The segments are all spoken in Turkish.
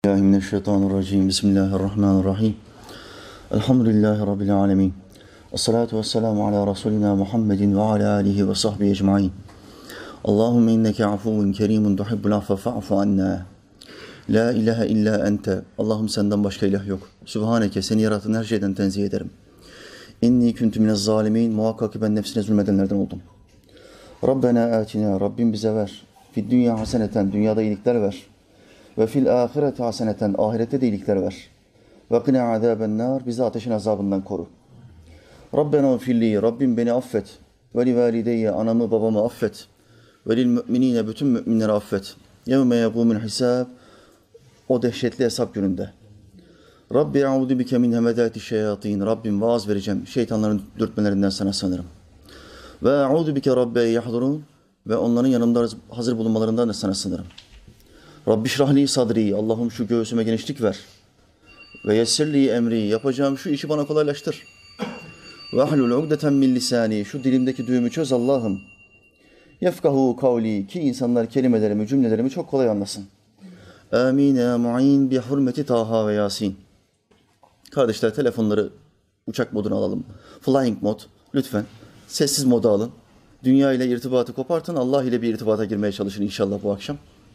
Bismillahirrahmanirrahim. Bismillahirrahmanirrahim. Elhamdülillahi Rabbil alemin. Esselatu vesselamu ala Resulina Muhammedin ve ala alihi ve sahbihi ecmain. Allahümme inneke afuvun kerimun tuhibbul affe fa'fu anna. La ilahe illa ente. Allah'ım senden başka ilah yok. Sübhaneke, seni yaratan her şeyden tenzih ederim. İnni kuntu minez zalimin. Muhakkak ki ben nefsine zulmedenlerden oldum. Rabbena atina. Rabbim bize ver. Fid dünya haseneten. Dünyada iyilikler ver. Ve fil ahireti haseneten, ahirette de iyilikler ver. Ve qina azaben nar, bizi ateşin azabından koru. Rabbena ufilli, Rabbim beni affet. Ve li valideyye, anamı babamı affet. Ve lil müminine, bütün müminleri affet. Yevme yegûmul hisab, o dehşetli hesap gününde. Rabbi e'udu bike min hemedati şeyatin, Rabbim vaaz vereceğim, şeytanların dürtmelerinden sana sanırım. Ve e'udu bike rabbe yahdurun, ve onların yanımda hazır bulunmalarından da sana sınırım. Rabbi şrahli sadri, Allah'ım şu göğsüme genişlik ver. Ve yessirli emri, yapacağım şu işi bana kolaylaştır. Ve ahlul ugdeten min lisani, şu dilimdeki düğümü çöz Allah'ım. Yefkahu kavli, ki insanlar kelimelerimi, cümlelerimi çok kolay anlasın. Amin ya mu'in bi hurmeti Taha ve Yasin. Kardeşler, telefonları uçak moduna alalım. Flying mod, lütfen. Sessiz moda alın. Dünya ile irtibatı kopartın. Allah ile bir irtibata girmeye çalışın inşallah bu akşam.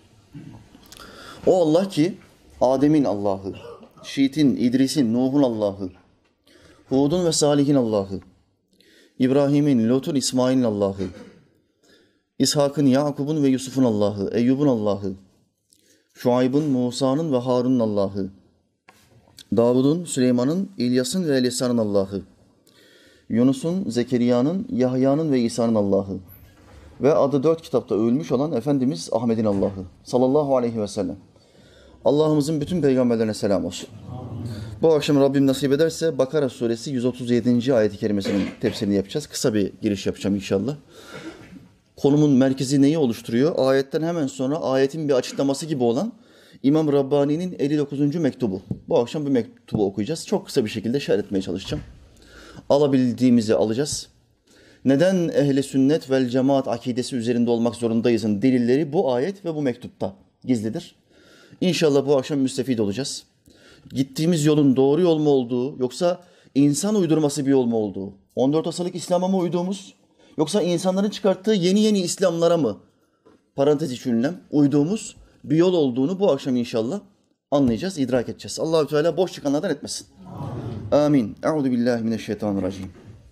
O Allah ki Adem'in Allah'ı, Şiit'in, İdris'in, Nuh'un Allah'ı, Hud'un ve Salih'in Allah'ı, İbrahim'in, Lut'un, İsmail'in Allah'ı, İshak'ın, Yakub'un ve Yusuf'un Allah'ı, Eyyub'un Allah'ı, Şuayb'ın, Musa'nın ve Harun'un Allah'ı, Davud'un, Süleyman'ın, İlyas'ın ve Elisa'nın Allah'ı, Yunus'un, Zekeriya'nın, Yahya'nın ve İsa'nın Allah'ı ve adı 4 kitapta övülmüş olan Efendimiz Ahmet'in Allah'ı sallallahu aleyhi ve sellem. Allah'ımızın bütün peygamberlerine selam olsun. Bu akşam Rabbim nasip ederse Bakara suresi 137. ayet-i kerimesinin tefsirini yapacağız. Kısa bir giriş yapacağım inşallah. Konumun merkezi neyi oluşturuyor? Ayetten hemen sonra ayetin bir açıklaması gibi olan İmam Rabbani'nin 59. mektubu. Bu akşam bu mektubu okuyacağız. Çok kısa bir şekilde şerh etmeye çalışacağım. Alabildiğimizi alacağız. Neden ehli sünnet vel cemaat akidesi üzerinde olmak zorundayızın delilleri bu ayet ve bu mektupta gizlidir. İnşallah bu akşam müstefid olacağız. Gittiğimiz yolun doğru yol mu olduğu, yoksa insan uydurması bir yol mu olduğu, 14 asırlık İslam'a mı uyduğumuz, yoksa insanların çıkarttığı yeni İslamlara mı, parantez içi uyduğumuz bir yol olduğunu bu akşam inşallah anlayacağız, idrak edeceğiz. Allah-u Teala boş çıkanlardan etmesin. Amin. Euzu billahi mineşşeytanirracim.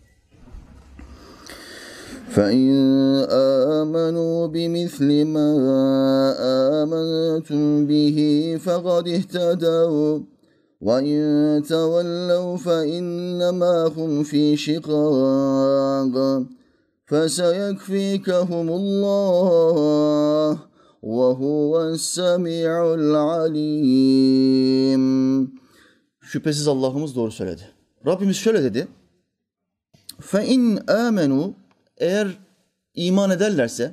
فَاِنْ آمَنُوا بِمِثْلِ مَا آمَنْتُمْ بِهِ فَقَدِ اهْتَدَوْا وَاِنْ تَوَلَّوْا فَاِنَّمَا هُمْ فِي شِقَاقٍ فَسَيَكْفِيكَهُمُ اللّٰهُ وَهُوَ السَّمِيعُ الْعَلِيمُ. Şüphesiz Allah'ımız doğru söyledi. Rabbimiz şöyle dedi. فَاِنْ آمَنُوا, eğer iman ederlerse,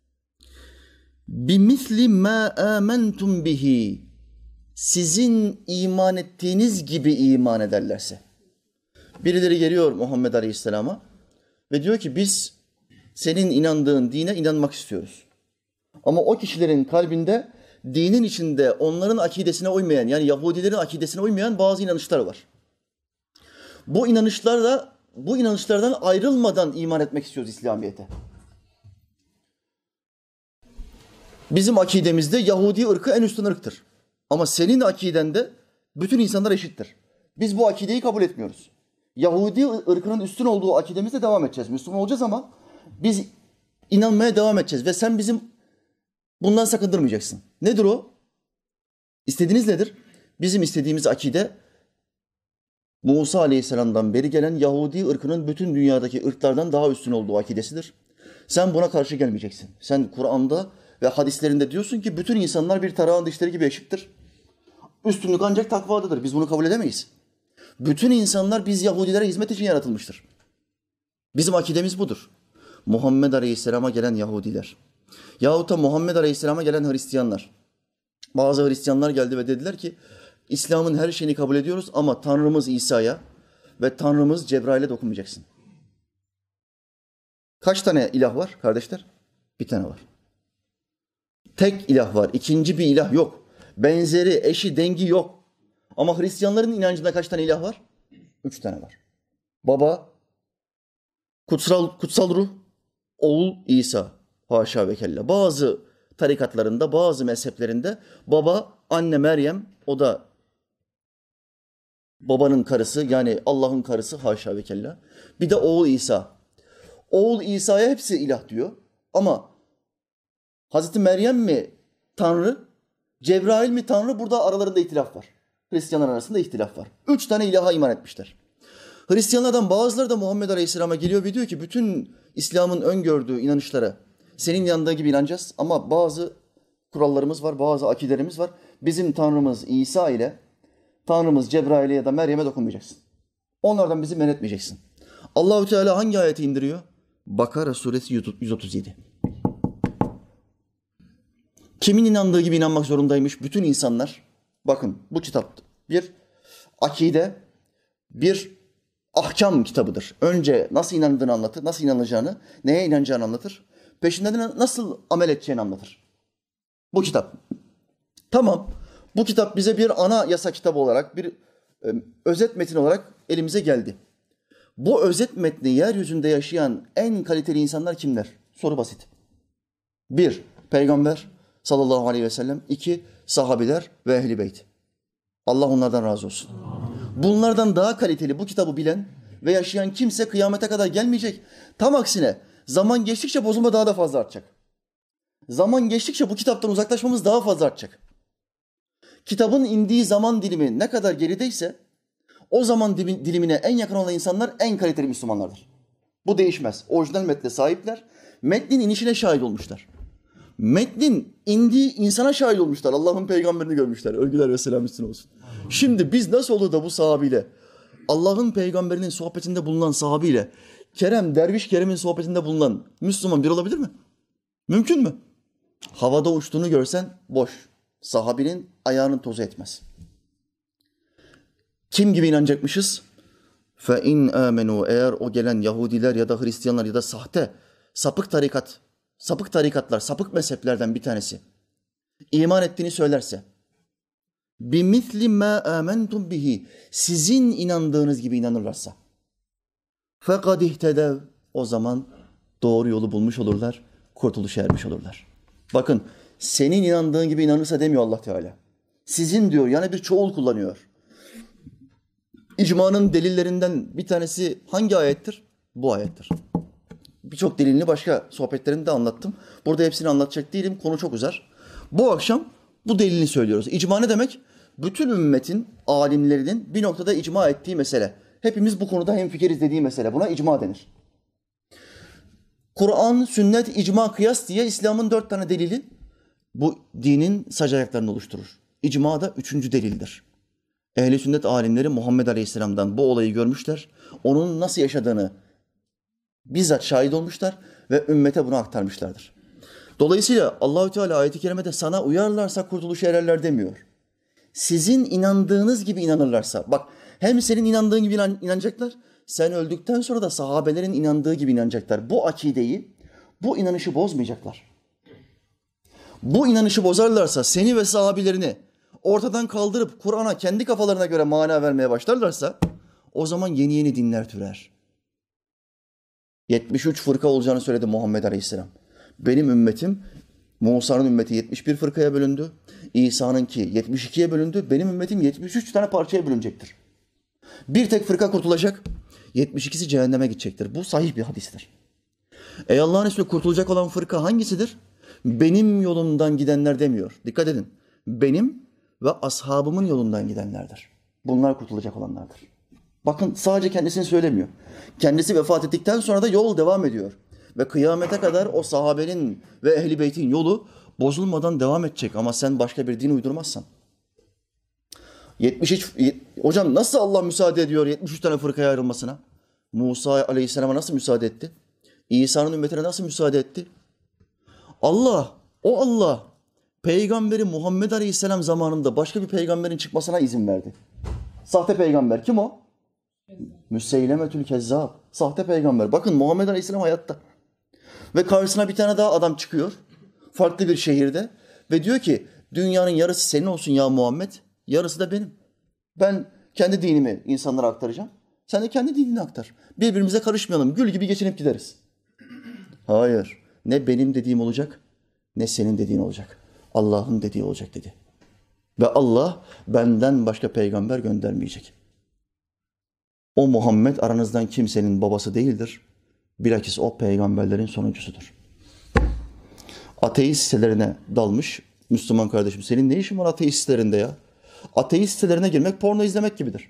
bimisli ma amentum bihi, sizin iman ettiğiniz gibi iman ederlerse. Birileri geliyor Muhammed Aleyhisselam'a ve diyor ki biz senin inandığın dine inanmak istiyoruz. Ama o kişilerin kalbinde dinin içinde onların akidesine uymayan, yani Yahudilerin akidesine uymayan bazı inanışlar var. Bu inanışlardan ayrılmadan iman etmek istiyoruz İslamiyet'e. Bizim akidemizde Yahudi ırkı en üstün ırktır. Ama senin akidende bütün insanlar eşittir. Biz bu akideyi kabul etmiyoruz. Yahudi ırkının üstün olduğu akidemizde devam edeceğiz. Müslüman olacağız ama biz inanmaya devam edeceğiz. Ve sen bizim bundan sakındırmayacaksın. Nedir o? İstediğiniz nedir? Bizim istediğimiz akide, Musa Aleyhisselam'dan beri gelen Yahudi ırkının bütün dünyadaki ırklardan daha üstün olduğu akidesidir. Sen buna karşı gelmeyeceksin. Sen Kur'an'da ve hadislerinde diyorsun ki bütün insanlar bir tarağın dişleri gibi eşittir. Üstünlük ancak takvadadır. Biz bunu kabul edemeyiz. Bütün insanlar biz Yahudilere hizmet için yaratılmıştır. Bizim akidemiz budur. Muhammed Aleyhisselam'a gelen Yahudiler yahut da Muhammed Aleyhisselam'a gelen Hristiyanlar. Bazı Hristiyanlar geldi ve dediler ki İslam'ın her şeyini kabul ediyoruz ama Tanrımız İsa'ya ve Tanrımız Cebrail'e dokunmayacaksın. Kaç tane ilah var kardeşler? Bir tane var. Tek ilah var. İkinci bir ilah yok. Benzeri, eşi, dengi yok. Ama Hristiyanların inancında kaç tane ilah var? 3 tane var. Baba, kutsal ruh, oğul İsa. Haşa ve kella. Bazı tarikatlarında, bazı mezheplerinde baba, anne Meryem, o da babanın karısı, yani Allah'ın karısı, haşa ve kella. Bir de oğul İsa. Oğul İsa'ya hepsi ilah diyor. Ama Hazreti Meryem mi Tanrı, Cebrail mi Tanrı, burada aralarında ihtilaf var. Hristiyanlar arasında ihtilaf var. 3 tane ilaha iman etmişler. Hristiyanlardan bazıları da Muhammed Aleyhisselam'a geliyor ve diyor ki bütün İslam'ın öngördüğü inanışlara senin yanında gibi inanacağız ama bazı kurallarımız var, bazı akidelerimiz var. Bizim Tanrımız İsa ile Tanrımız Cebrail'e ya da Meryem'e dokunmayacaksın. Onlardan bizi men etmeyeceksin. Allahu Teala hangi ayeti indiriyor? Bakara suresi 137. Kimin inandığı gibi inanmak zorundaymış bütün insanlar? Bakın bu kitap bir akide, bir ahkam kitabıdır. Önce nasıl inandığını anlatır, nasıl inanacağını, neye inanacağını anlatır. Peşinden de nasıl amel edeceğini anlatır. Bu kitap. Tamam, bu kitap bize bir ana yasa kitabı olarak, bir özet metin olarak elimize geldi. Bu özet metni yeryüzünde yaşayan en kaliteli insanlar kimler? Soru basit. 1. Peygamber sallallahu aleyhi ve sellem. 2. Sahabiler ve ehl-i beyt. Allah onlardan razı olsun. Bunlardan daha kaliteli bu kitabı bilen ve yaşayan kimse kıyamete kadar gelmeyecek. Tam aksine zaman geçtikçe bozulma daha da fazla artacak. Zaman geçtikçe bu kitaptan uzaklaşmamız daha fazla artacak. Kitabın indiği zaman dilimi ne kadar gerideyse o zaman dilimine en yakın olan insanlar en kaliteli Müslümanlardır. Bu değişmez. Orijinal metne sahipler. Metnin inişine şahit olmuşlar. Metnin indiği insana şahit olmuşlar. Allah'ın peygamberini görmüşler. Övgüler ve selam üstüne olsun. Şimdi biz nasıl olur da bu sahabiyle, Allah'ın peygamberinin sohbetinde bulunan sahabiyle, Derviş Kerem'in sohbetinde bulunan Müslüman bir olabilir mi? Mümkün mü? Havada uçtuğunu görsen boş. Sahabinin ayağının tozu etmez. Kim gibi inanacakmışız? فَاِنْ آمَنُوا Eğer o gelen Yahudiler ya da Hristiyanlar ya da sapık tarikatlar, sapık mezheplerden bir tanesi iman ettiğini söylerse بِمِثْلِ مَا آمَنْتُمْ bihi sizin inandığınız gibi inanırlarsa فَقَدْ اِهْتَدَوْا o zaman doğru yolu bulmuş olurlar, kurtuluşa ermiş olurlar. Bakın, senin inandığın gibi inanırsa demiyor Allah Teala. Sizin diyor, yani bir çoğul kullanıyor. İcmanın delillerinden bir tanesi hangi ayettir? Bu ayettir. Birçok delilini başka sohbetlerimde anlattım. Burada hepsini anlatacak değilim, konu çok uzar. Bu akşam bu delilini söylüyoruz. İcma ne demek? Bütün ümmetin, alimlerinin bir noktada icma ettiği mesele. Hepimiz bu konuda hemfikiriz dediği mesele. Buna icma denir. Kur'an, sünnet, icma, kıyas diye İslam'ın 4 tane delili bu dinin sac ayaklarını oluşturur. İcma da 3. delildir. Ehl-i sünnet alimleri Muhammed Aleyhisselam'dan bu olayı görmüşler. Onun nasıl yaşadığını bizzat şahit olmuşlar ve ümmete bunu aktarmışlardır. Dolayısıyla Allahü Teala ayet-i kerimede sana uyarlarsa kurtuluşa ererler demiyor. Sizin inandığınız gibi inanırlarsa, bak hem senin inandığın gibi inanacaklar, sen öldükten sonra da sahabelerin inandığı gibi inanacaklar. Bu akideyi, bu inanışı bozmayacaklar. Bu inanışı bozarlarsa seni ve sahabelerini ortadan kaldırıp Kur'an'a kendi kafalarına göre mana vermeye başlarlarsa o zaman yeni dinler türer. 73 fırka olacağını söyledi Muhammed Aleyhisselam. Benim ümmetim, Musa'nın ümmeti 71 fırkaya bölündü. İsa'nınki 72'ye bölündü. Benim ümmetim 73 tane parçaya bölünecektir. Bir tek fırka kurtulacak, 72'si cehenneme gidecektir. Bu sahih bir hadistir. Ey Allah'ın ismi kurtulacak olan fırka hangisidir? Benim yolumdan gidenler demiyor. Dikkat edin. Benim ve ashabımın yolundan gidenlerdir. Bunlar kurtulacak olanlardır. Bakın sadece kendisini söylemiyor. Kendisi vefat ettikten sonra da yol devam ediyor. Ve kıyamete kadar o sahabenin ve ehl-i beytin yolu bozulmadan devam edecek. Ama sen başka bir din uydurmazsan. Hocam nasıl Allah müsaade ediyor 73 tane fırkaya ayrılmasına? Musa Aleyhisselam'a nasıl müsaade etti? İsa'nın ümmetine nasıl müsaade etti? Allah, Peygamberi Muhammed Aleyhisselam zamanında başka bir peygamberin çıkmasına izin verdi. Sahte peygamber kim o? Müseylemetül Kezzab. Sahte peygamber. Bakın Muhammed Aleyhisselam hayatta. Ve karşısına bir tane daha adam çıkıyor. Farklı bir şehirde. Ve diyor ki Dünyanın yarısı senin olsun ya Muhammed, yarısı da benim. Ben kendi dinimi insanlara aktaracağım. Sen de kendi dinini aktar. Birbirimize karışmayalım. Gül gibi geçinip gideriz. Hayır. Ne benim dediğim olacak, ne senin dediğin olacak. Allah'ın dediği olacak dedi. Ve Allah benden başka peygamber göndermeyecek. O Muhammed aranızdan kimsenin babası değildir. Bilakis o peygamberlerin sonuncusudur. Ateist sitelerine dalmış Müslüman kardeşim. Senin ne işin var ateist sitelerinde ya? Ateist sitelerine girmek porno izlemek gibidir.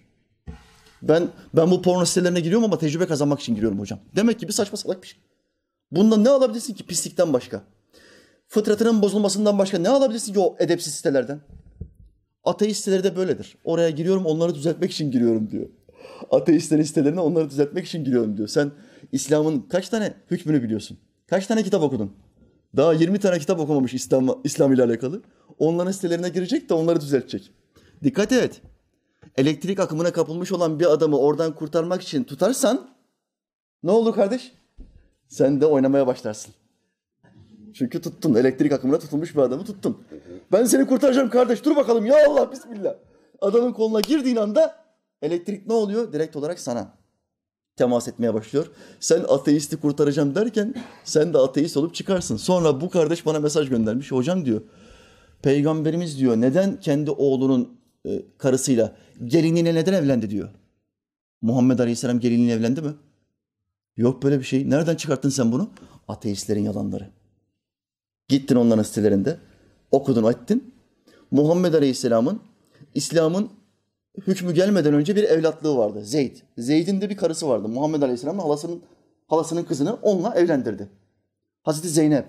Ben bu porno sitelerine giriyorum ama tecrübe kazanmak için giriyorum hocam. Demek ki bir saçma salak bir şey. Bundan ne alabilirsin ki pislikten başka? Fıtratının bozulmasından başka ne alabilirsin ki o edepsiz sitelerden? Ateist siteleri de böyledir. Oraya giriyorum, onları düzeltmek için giriyorum diyor. Ateistlerin sitelerine onları düzeltmek için giriyorum diyor. Sen İslam'ın kaç tane hükmünü biliyorsun? Kaç tane kitap okudun? Daha 20 tane kitap okumamış İslam ile alakalı. Onların sitelerine girecek de onları düzeltecek. Dikkat et. Elektrik akımına kapılmış olan bir adamı oradan kurtarmak için tutarsan ne olur kardeş? Sen de oynamaya başlarsın. Çünkü tuttun. Elektrik akımına tutulmuş bir adamı tuttun. Ben seni kurtaracağım kardeş. Dur bakalım ya Allah bismillah. Adamın koluna girdiğin anda elektrik ne oluyor? Direkt olarak sana temas etmeye başlıyor. Sen ateisti kurtaracağım derken sen de ateist olup çıkarsın. Sonra bu kardeş bana mesaj göndermiş. Hocam diyor, Peygamberimiz diyor neden kendi oğlunun karısıyla, geliniyle neden evlendi diyor. Muhammed Aleyhisselam geliniyle evlendi mi? Yok böyle bir şey. Nereden çıkarttın sen bunu? Ateistlerin yalanları. Gittin onların sitelerinde, okudun, ettin. Muhammed Aleyhisselam'ın, İslam'ın hükmü gelmeden önce bir evlatlığı vardı. Zeyd. Zeyd'in de bir karısı vardı. Muhammed Aleyhisselam'ın halasının kızını onunla evlendirdi. Hazreti Zeynep.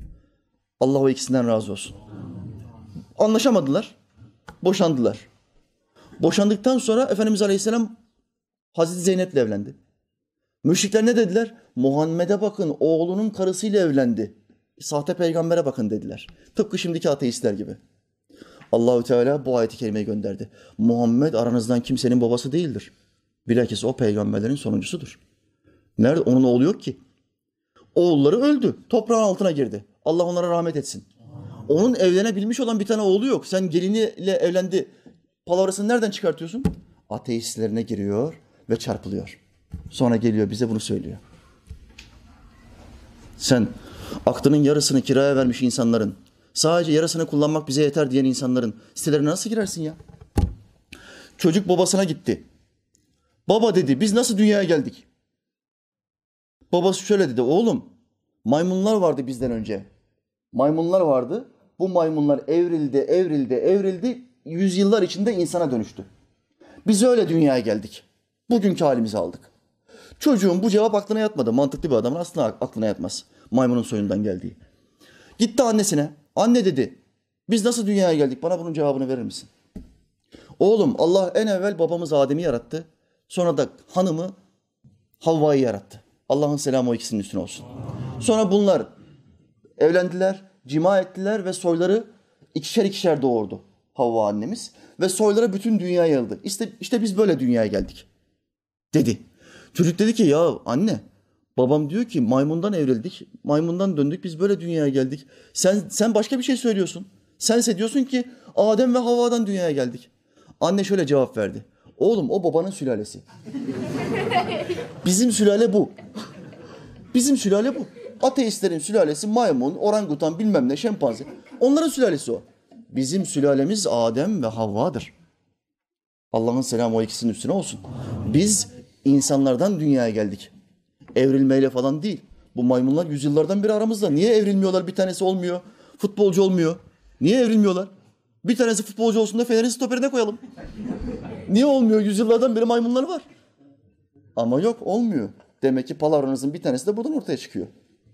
Allah o ikisinden razı olsun. Anlaşamadılar. Boşandılar. Boşandıktan sonra Efendimiz Aleyhisselam Hazreti Zeynep'le evlendi. Müşrikler ne dediler? Muhammed'e bakın, oğlunun karısıyla evlendi. Sahte peygambere bakın dediler. Tıpkı şimdiki ateistler gibi. Allahü Teala bu ayeti kerimeyi gönderdi. Muhammed aranızdan kimsenin babası değildir. Bilakis o peygamberlerin sonuncusudur. Nerede? Onun oğlu yok ki. Oğulları öldü. Toprağın altına girdi. Allah onlara rahmet etsin. Onun evlenebilmiş olan bir tane oğlu yok. Sen geliniyle evlendi. Palavrasını nereden çıkartıyorsun? Ateistlerine giriyor ve çarpılıyor. Sonra geliyor bize bunu söylüyor. Sen aklının yarısını kiraya vermiş insanların, sadece yarısını kullanmak bize yeter diyen insanların sitelerine nasıl girersin ya? Çocuk babasına gitti. Baba dedi, biz nasıl dünyaya geldik? Babası şöyle dedi, oğlum maymunlar vardı bizden önce. Maymunlar vardı. Bu maymunlar evrildi. Yüzyıllar içinde insana dönüştü. Biz öyle dünyaya geldik. Bugünkü halimizi aldık. Çocuğun bu cevap aklına yatmadı. Mantıklı bir adamın aslında aklına yatmaz. Maymunun soyundan geldiği. Gitti annesine. Anne dedi, biz nasıl dünyaya geldik? Bana bunun cevabını verir misin? Oğlum Allah en evvel babamız Adem'i yarattı. Sonra da hanımı Havva'yı yarattı. Allah'ın selamı o ikisinin üstüne olsun. Sonra bunlar evlendiler, cima ettiler ve soyları ikişer doğurdu Havva annemiz. Ve soyları bütün dünyaya yayıldı. İşte biz böyle dünyaya geldik dedi. Çocuk dedi ki ya anne, babam diyor ki maymundan evrildik, maymundan döndük, biz böyle dünyaya geldik. Sen başka bir şey söylüyorsun. Sense diyorsun ki Adem ve Havva'dan dünyaya geldik. Anne şöyle cevap verdi. Oğlum o babanın sülalesi. Bizim sülale bu. Bizim sülale bu. Ateistlerin sülalesi maymun, orangutan, bilmem ne, şempanze. Onların sülalesi o. Bizim sülalemiz Adem ve Havva'dır. Allah'ın selamı o ikisinin üstüne olsun. Biz insanlardan dünyaya geldik. Evrilmeyle falan değil. Bu maymunlar yüzyıllardan beri aramızda. Niye evrilmiyorlar? Bir tanesi olmuyor. Futbolcu olmuyor. Niye evrilmiyorlar? Bir tanesi futbolcu olsun da Fener'in stoperine koyalım. Niye olmuyor? Yüzyıllardan beri maymunlar var. Ama yok, olmuyor. Demek ki palavranızın bir tanesi de buradan ortaya çıkıyor.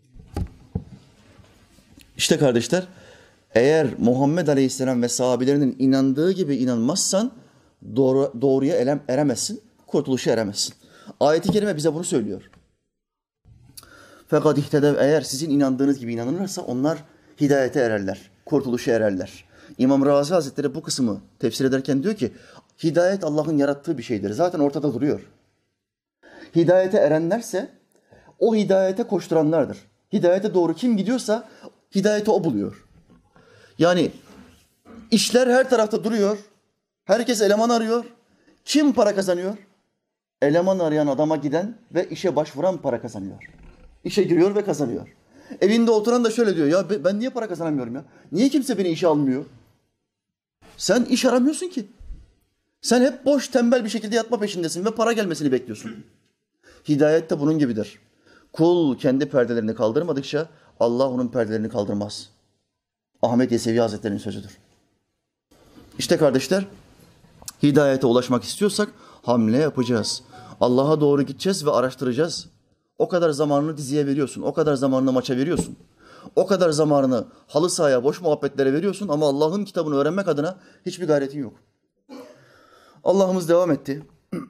İşte kardeşler, eğer Muhammed Aleyhisselam ve sahabelerinin inandığı gibi inanmazsan doğruya eremezsin, kurtuluşa eremezsin. Ayet-i kerime bize bunu söylüyor. Fakat ihtedev, eğer sizin inandığınız gibi inanırlarsa onlar hidayete ererler, kurtuluşa ererler. İmam Razi Hazretleri bu kısmı tefsir ederken diyor ki, hidayet Allah'ın yarattığı bir şeydir. Zaten ortada duruyor. Hidayete erenlerse o hidayete koşturanlardır. Hidayete doğru kim gidiyorsa hidayeti o buluyor. Yani İşler her tarafta duruyor. Herkes eleman arıyor. Kim para kazanıyor? Eleman arayan adama giden ve işe başvuran para kazanıyor. İşe giriyor ve kazanıyor. Evinde oturan da şöyle diyor. Ya ben niye para kazanamıyorum ya? Niye kimse beni işe almıyor? Sen iş aramıyorsun ki. Sen hep boş, tembel bir şekilde yatma peşindesin ve para gelmesini bekliyorsun. Hidayet de bunun gibidir. Kul kendi perdelerini kaldırmadıkça Allah onun perdelerini kaldırmaz. Ahmet Yesevi Hazretleri'nin sözüdür. İşte kardeşler, hidayete ulaşmak istiyorsak hamle yapacağız. Allah'a doğru gideceğiz ve araştıracağız. O kadar zamanını diziye veriyorsun, o kadar zamanını maça veriyorsun. O kadar zamanını halı sahaya, boş muhabbetlere veriyorsun ama Allah'ın kitabını öğrenmek adına hiçbir gayretin yok. Allah'ımız devam etti.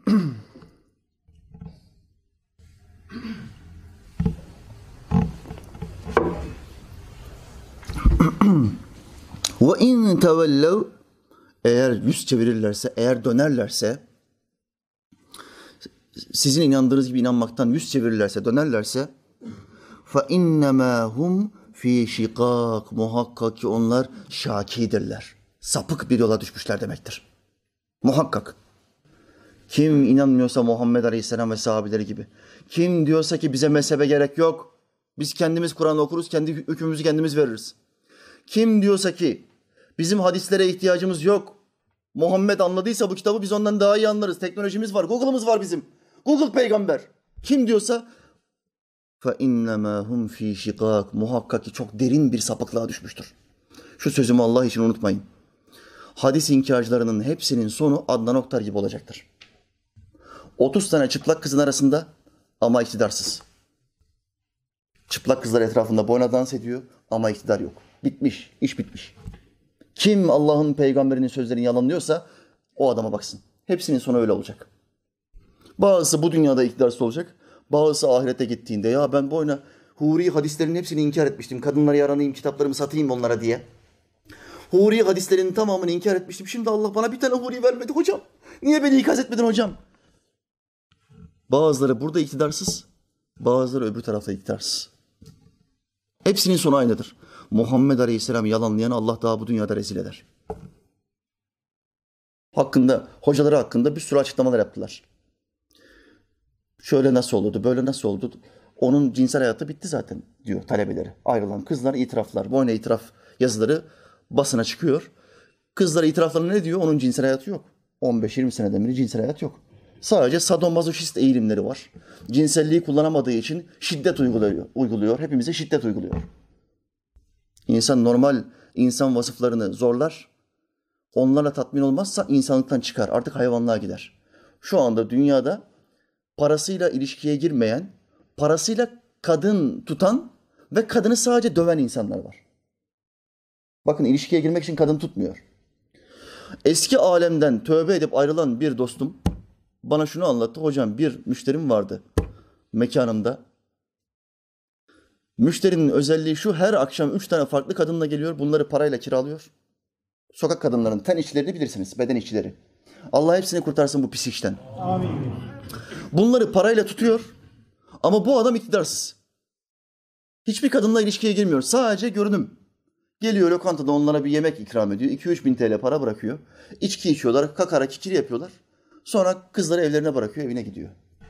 Ve in tevellev, eğer yüz çevirirlerse, eğer dönerlerse, sizin inandığınız gibi inanmaktan yüz çevirirlerse, dönerlerse, fe innemâ hum fî şikâk, muhakkak ki onlar şakidirler. Sapık bir yola düşmüşler demektir. Muhakkak. Kim inanmıyorsa Muhammed Aleyhisselam ve sahabeleri gibi, kim diyorsa ki bize mezhebe gerek yok, biz kendimiz Kur'an okuruz, kendi hükmümüzü kendimiz veririz. Kim diyorsa ki bizim hadislere ihtiyacımız yok, Muhammed anladıysa bu kitabı biz ondan daha iyi anlarız, teknolojimiz var, Google'ımız var bizim, Google peygamber. Kim diyorsa فَاِنَّمَا هُمْ ف۪ي شِقَاقٍ, muhakkak ki çok derin bir sapıklığa düşmüştür. Şu sözümü Allah için unutmayın. Hadis inkarcılarının hepsinin sonu Adnan Oktar gibi olacaktır. 30 tane çıplak kızın arasında ama iktidarsız. Çıplak kızlar etrafında boyuna dans ediyor ama iktidar yok. Bitmiş, iş bitmiş. Kim Allah'ın peygamberinin sözlerini yalanlıyorsa o adama baksın. Hepsinin sonu öyle olacak. Bazısı bu dünyada iktidarsız olacak. Bazısı ahirete gittiğinde ya ben boyuna huri hadislerin hepsini inkar etmiştim. Kadınlara yaranayım, kitaplarımı satayım onlara diye. Huri hadislerinin tamamını inkar etmiştim. Şimdi Allah bana bir tane huri vermedi hocam. Niye beni ikaz etmedin hocam? Bazıları burada iktidarsız, bazıları öbür tarafta iktidarsız. Hepsinin sonu aynıdır. Muhammed Aleyhisselam yalanlayanı Allah daha bu dünyada rezil eder. Hocaları hakkında bir sürü açıklamalar yaptılar. Şöyle nasıl olurdu, böyle nasıl oldu? Onun cinsel hayatı bitti zaten diyor talebeleri. Ayrılan kızlar itiraflar, boyuna itiraf yazıları basına çıkıyor. Kızlar itiraflarına ne diyor? Onun cinsel hayatı yok. 15-20 seneden beri cinsel hayat yok. Sadece sadomazoşist eğilimleri var. Cinselliği kullanamadığı için şiddet uyguluyor. Hepimize şiddet uyguluyor. İnsan normal insan vasıflarını zorlar. Onlarla tatmin olmazsa insanlıktan çıkar. Artık hayvanlığa gider. Şu anda dünyada parasıyla ilişkiye girmeyen, parasıyla kadın tutan ve kadını sadece döven insanlar var. Bakın ilişkiye girmek için kadın tutmuyor. Eski alemden tövbe edip ayrılan bir dostum bana şunu anlattı. Hocam bir müşterim vardı mekanımda. Müşterinin özelliği şu, her akşam 3 tane farklı kadınla geliyor. Bunları parayla kiralıyor. Sokak kadınların ten işçilerini bilirsiniz, beden işçileri. Allah hepsini kurtarsın bu pis işten. Amin. Bunları parayla tutuyor ama bu adam iktidarsız. Hiçbir kadınla ilişkiye girmiyor. Sadece görünüm. Geliyor lokantada onlara bir yemek ikram ediyor. 2-3 bin TL para bırakıyor. İçki içiyorlar, kakara kikiri yapıyorlar. Sonra kızları evlerine bırakıyor, evine gidiyor.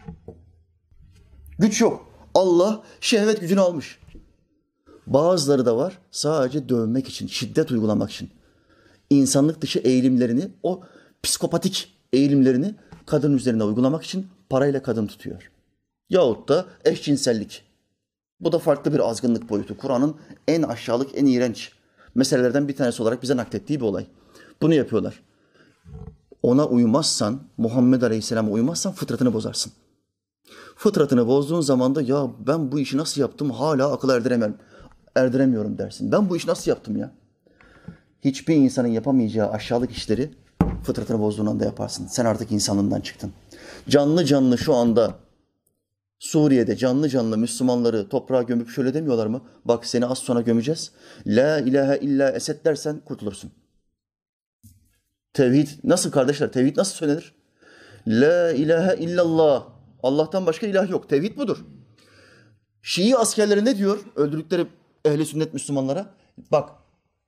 Güç yok. Allah şehvet gücünü almış. Bazıları da var sadece dövmek için, şiddet uygulamak için. İnsanlık dışı eğilimlerini, o psikopatik eğilimlerini kadın üzerine uygulamak için parayla kadın tutuyor. Yahut da eşcinsellik. Bu da farklı bir azgınlık boyutu. Kur'an'ın en aşağılık, en iğrenç meselelerden bir tanesi olarak bize naklettiği bir olay. Bunu yapıyorlar. Ona uymazsan, Muhammed Aleyhisselam'a uymazsan fıtratını bozarsın. Fıtratını bozduğun zaman da ya ben bu işi nasıl yaptım hala akıl erdiremiyorum dersin. Ben bu işi nasıl yaptım ya? Hiçbir insanın yapamayacağı aşağılık işleri fıtratını bozduğun anda yaparsın. Sen artık insanlığından çıktın. Canlı canlı şu anda Suriye'de canlı canlı Müslümanları toprağa gömüp şöyle demiyorlar mı? Bak seni az sonra gömeceğiz. La ilahe illa Esed dersen kurtulursun. Tevhid nasıl kardeşler? Tevhid nasıl söylenir? La ilahe illallah. Allah'tan başka ilah yok. Tevhid budur. Şii askerleri ne diyor? Öldürdükleri ehli sünnet Müslümanlara. Bak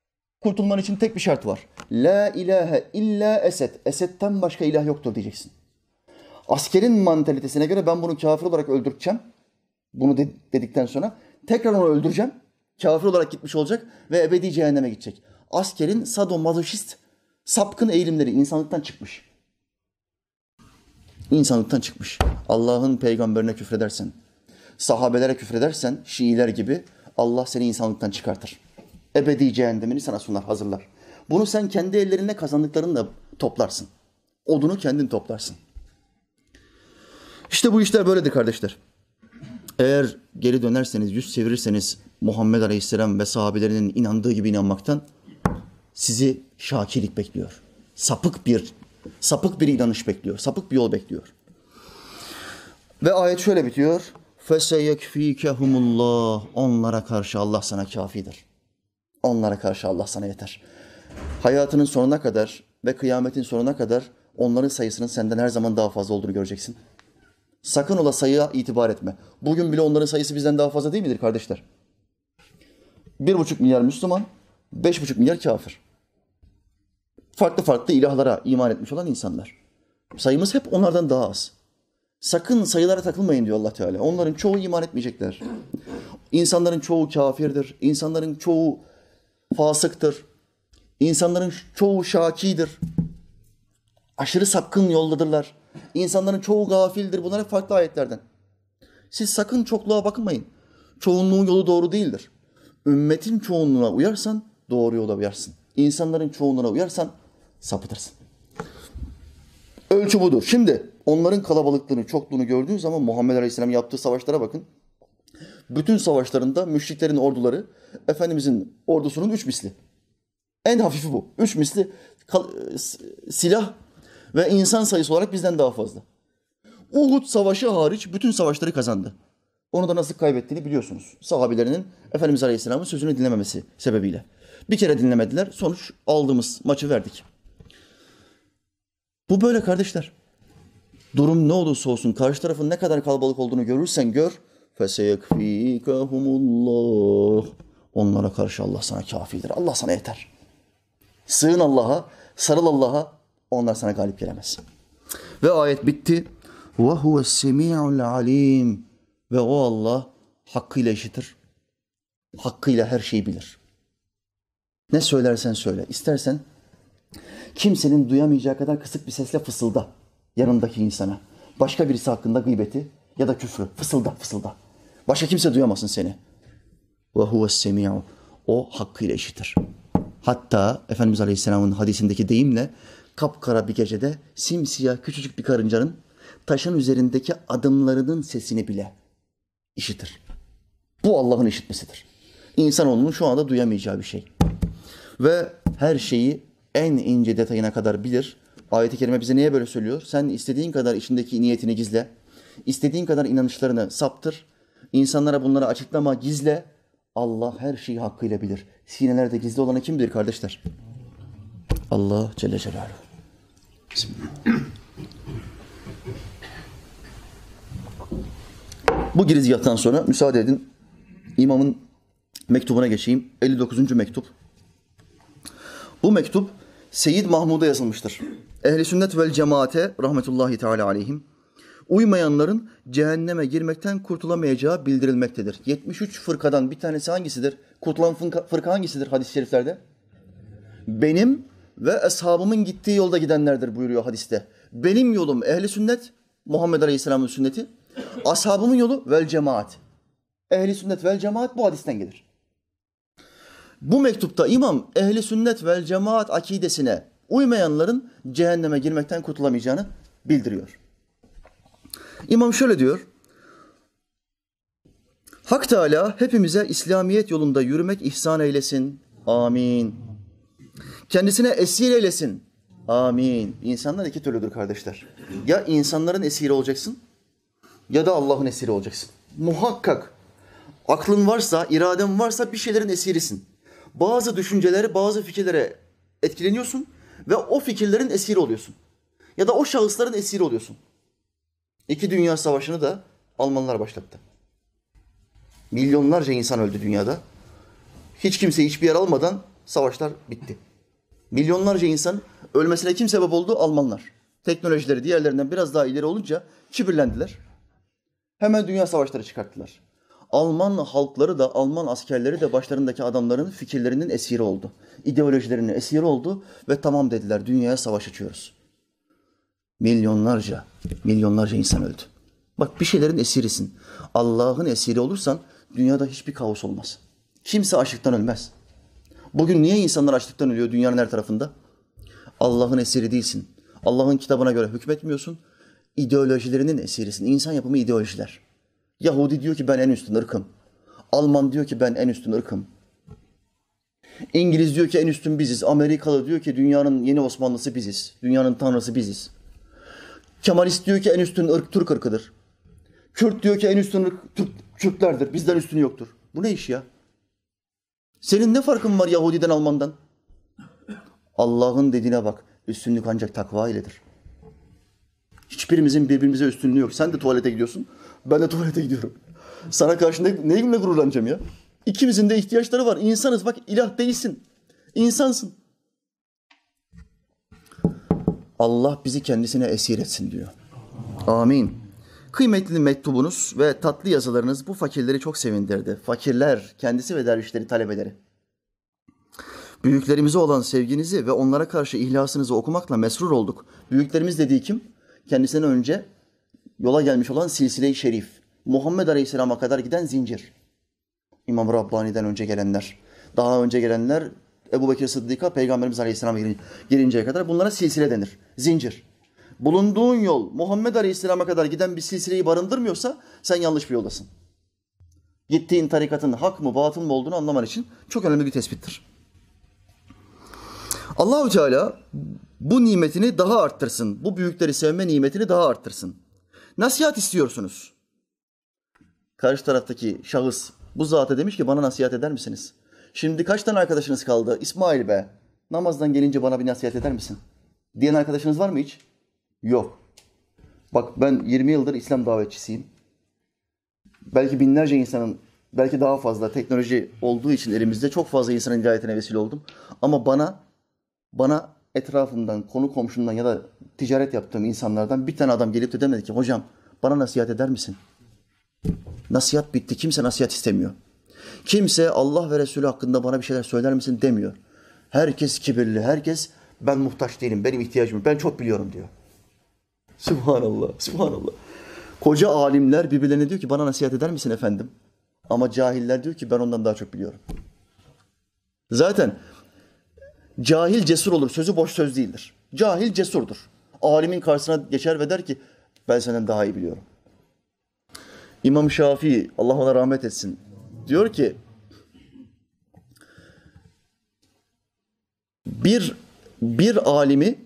Kurtulman için tek bir şart var. La ilahe illa Esed. Esed'den başka ilah yoktur diyeceksin. Askerin mantalitesine göre ben bunu kafir olarak öldüreceğim. Bunu dedikten sonra tekrar onu öldüreceğim. Kafir olarak gitmiş olacak ve ebedi cehenneme gidecek. Askerin sadomazoşist, sapkın eğilimleri insanlıktan çıkmış. İnsanlıktan çıkmış. Allah'ın peygamberine küfredersen, sahabelere küfredersen, Şiiler gibi Allah seni insanlıktan çıkartır. Ebedi cehennemini sana sunar, hazırlar. Bunu sen kendi ellerinle kazandıklarınla toplarsın. Odunu kendin toplarsın. İşte bu işler böyledir kardeşler. Eğer geri dönerseniz, yüz çevirirseniz Muhammed Aleyhisselam ve sahabelerinin inandığı gibi inanmaktan sizi şakirlik bekliyor. Sapık bir inanış bekliyor. Sapık bir yol bekliyor. Ve ayet şöyle bitiyor. فَسَيَكْف۪يكَهُمُ Onlara karşı Allah sana kafidir. Onlara karşı Allah sana yeter. Hayatının sonuna kadar ve kıyametin sonuna kadar onların sayısının senden her zaman daha fazla olduğunu göreceksin. Sakın ola sayıya itibar etme. Bugün bile onların sayısı bizden daha fazla değil midir kardeşler? 1,5 milyar Müslüman, 5,5 milyar kafir. Farklı ilahlara iman etmiş olan insanlar. Sayımız hep onlardan daha az. Sakın sayılara takılmayın diyor Allah Teala. Onların çoğu iman etmeyecekler. İnsanların çoğu kafirdir. İnsanların çoğu fasıktır. İnsanların çoğu şakidir. Aşırı sapkın yoldadırlar. İnsanların çoğu gafildir. Bunlar hep farklı ayetlerden. Siz sakın çokluğa bakmayın. Çoğunluğun yolu doğru değildir. Ümmetin çoğunluğuna uyarsan doğru yola uyarsın. İnsanların çoğunluğuna uyarsan sapıtırsın. Ölçü budur. Şimdi onların kalabalıklığını, çokluğunu gördüğün zaman Muhammed Aleyhisselam yaptığı savaşlara bakın. Bütün savaşlarında müşriklerin orduları Efendimizin ordusunun 3 misli. En hafifi bu. 3 misli silah ve insan sayısı olarak bizden daha fazla. Uhud savaşı hariç bütün savaşları kazandı. Onu da nasıl kaybettiğini biliyorsunuz. Sahabelerinin Efendimiz Aleyhisselam'ın sözünü dinlememesi sebebiyle. Bir kere dinlemediler. Sonuç aldığımız maçı verdik. Bu böyle kardeşler. Durum ne olursa olsun karşı tarafın ne kadar kalabalık olduğunu görürsen gör. فَسَيَكْف۪يكَهُمُ Onlara karşı Allah sana kafidir. Allah sana yeter. Sığın Allah'a, sarıl Allah'a. Onlar sana galip gelemez. Ve ayet bitti. وَهُوَ السَّمِيعُ الْعَلِيمُ Ve o Allah hakkıyla işitir. Hakkıyla her şeyi bilir. Ne söylersen söyle. İstersen kimsenin duyamayacağı kadar kısık bir sesle fısılda yanındaki insana. Başka birisi hakkında gıybeti ya da küfrü. Fısılda. Başka kimse duyamasın seni. وَهُوَ السَّمِيعُ O hakkıyla işitir. Hatta Efendimiz Aleyhisselam'ın hadisindeki deyimle kapkara bir gecede simsiyah küçücük bir karıncanın taşın üzerindeki adımlarının sesini bile işitir. Bu Allah'ın işitmesidir. İnsanoğlunun şu anda duyamayacağı bir şey. Ve her şeyi en ince detayına kadar bilir. Ayet-i Kerime bize niye böyle söylüyor? Sen istediğin kadar içindeki niyetini gizle. İstediğin kadar inanışlarını saptır. İnsanlara bunları açıklama, gizle. Allah her şeyi hakkıyla bilir. Sinelerde gizli olanı kim bilir kardeşler? Allah Celle Celaluhu. Bismillah. Bu girizgahtan sonra müsaade edin imamın mektubuna geçeyim. 59. mektup. Bu mektup Seyyid Mahmud'a yazılmıştır. Ehl-i sünnet vel cemaate rahmetullahi teala aleyhim uymayanların cehenneme girmekten kurtulamayacağı bildirilmektedir. 73 fırkadan bir tanesi hangisidir? Kurtulan fırka hangisidir hadis-i şeriflerde? Benim ve ashabımın gittiği yolda gidenlerdir buyuruyor hadiste. Benim yolum ehl-i sünnet, Muhammed Aleyhisselam'ın sünneti. Ashabımın yolu vel cemaat. Ehl-i sünnet vel cemaat bu hadisten gelir. Bu mektupta imam ehl-i sünnet vel cemaat akidesine uymayanların cehenneme girmekten kurtulamayacağını bildiriyor. İmam şöyle diyor. Hak Teâlâ hepimize İslamiyet yolunda yürümek ihsan eylesin. Amin. Kendisine esir eylesin. Amin. İnsanlar iki türlüdür kardeşler. Ya insanların esiri olacaksın ya da Allah'ın esiri olacaksın. Muhakkak aklın varsa, iraden varsa bir şeylerin esirisin. Bazı düşüncelere, bazı fikirlere etkileniyorsun ve o fikirlerin esiri oluyorsun. Ya da o şahısların esiri oluyorsun. 2 Dünya Savaşı'nı da Almanlar başlattı. Milyonlarca insan öldü dünyada. Hiç kimse hiçbir yer almadan savaşlar bitti. Milyonlarca insan ölmesine kim sebep oldu? Almanlar. Teknolojileri diğerlerinden biraz daha ileri olunca kibirlendiler. Hemen dünya savaşları çıkarttılar. Alman halkları da, Alman askerleri de başlarındaki adamların fikirlerinin esiri oldu. İdeolojilerinin esiri oldu ve tamam dediler, dünyaya savaş açıyoruz. Milyonlarca insan öldü. Bak, bir şeylerin esirisin. Allah'ın esiri olursan dünyada hiçbir kaos olmaz. Kimse açlıktan ölmez. Bugün niye insanlar açlıktan ölüyor dünyanın her tarafında? Allah'ın esiri değilsin. Allah'ın kitabına göre hükmetmiyorsun. İdeolojilerinin esirisin. İnsan yapımı ideolojiler. Yahudi diyor ki ben en üstün ırkım. Alman diyor ki ben en üstün ırkım. İngiliz diyor ki en üstün biziz. Amerikalı diyor ki dünyanın yeni Osmanlısı biziz. Dünyanın tanrısı biziz. Kemalist diyor ki en üstün ırk Türk ırkıdır. Kürt diyor ki en üstün ırk Kürtlerdir. Bizden üstün yoktur. Bu ne iş ya? Senin ne farkın var Yahudiden, Almandan? Allah'ın dediğine bak. Üstünlük ancak takva iledir. Hiçbirimizin birbirimize üstünlüğü yok. Sen de tuvalete gidiyorsun. Ben de tuvalete gidiyorum. Sana karşı neyimle gururlanacağım ya? İkimizin de ihtiyaçları var. İnsanız bak, ilah değilsin. İnsansın. Allah bizi kendisine esir etsin diyor. Amin. Kıymetli mektubunuz ve tatlı yazılarınız bu fakirleri çok sevindirdi. Fakirler, kendisi ve dervişleri talebeleri. Büyüklerimize olan sevginizi ve onlara karşı ihlasınızı okumakla mesrur olduk. Büyüklerimiz dediği kim? Kendisinden önce yola gelmiş olan silsile-i şerif. Muhammed Aleyhisselam'a kadar giden zincir. İmam Rabbani'den önce gelenler. Daha önce gelenler Ebu Bekir Sıddık'a, Peygamberimiz Aleyhisselam'a gelinceye kadar bunlara silsile denir. Zincir. Bulunduğun yol Muhammed Aleyhisselam'a kadar giden bir silsileyi barındırmıyorsa sen yanlış bir yoldasın. Gittiğin tarikatın hak mı, batıl mı olduğunu anlaman için çok önemli bir tespittir. Allah-u Teala bu nimetini daha arttırsın. Bu büyükleri sevme nimetini daha arttırsın. Nasihat istiyorsunuz. Karşı taraftaki şahıs bu zata demiş ki bana nasihat eder misiniz? Şimdi kaç tane arkadaşınız kaldı? İsmail be, namazdan gelince bana bir nasihat eder misin? Diyen arkadaşınız var mı hiç? Yok. Bak, ben 20 yıldır İslam davetçisiyim. Belki binlerce insanın, belki daha fazla teknoloji olduğu için elimizde çok fazla insanın hidayetine vesile oldum. Ama bana etrafımdan, konu komşumdan ya da ticaret yaptığım insanlardan bir tane adam gelip de demedi ki hocam bana nasihat eder misin? Nasihat bitti. Kimse nasihat istemiyor. Kimse Allah ve Resulü hakkında bana bir şeyler söyler misin demiyor. Herkes kibirli. Herkes ben muhtaç değilim, benim ihtiyacım yok, ben çok biliyorum diyor. Subhanallah, subhanallah. Koca alimler birbirlerine diyor ki bana nasihat eder misin efendim? Ama cahiller diyor ki ben ondan daha çok biliyorum. Zaten cahil cesur olur. Sözü boş söz değildir. Cahil cesurdur. Alimin karşısına geçer ve der ki ben senden daha iyi biliyorum. İmam Şafii, Allah ona rahmet etsin, diyor ki bir alimi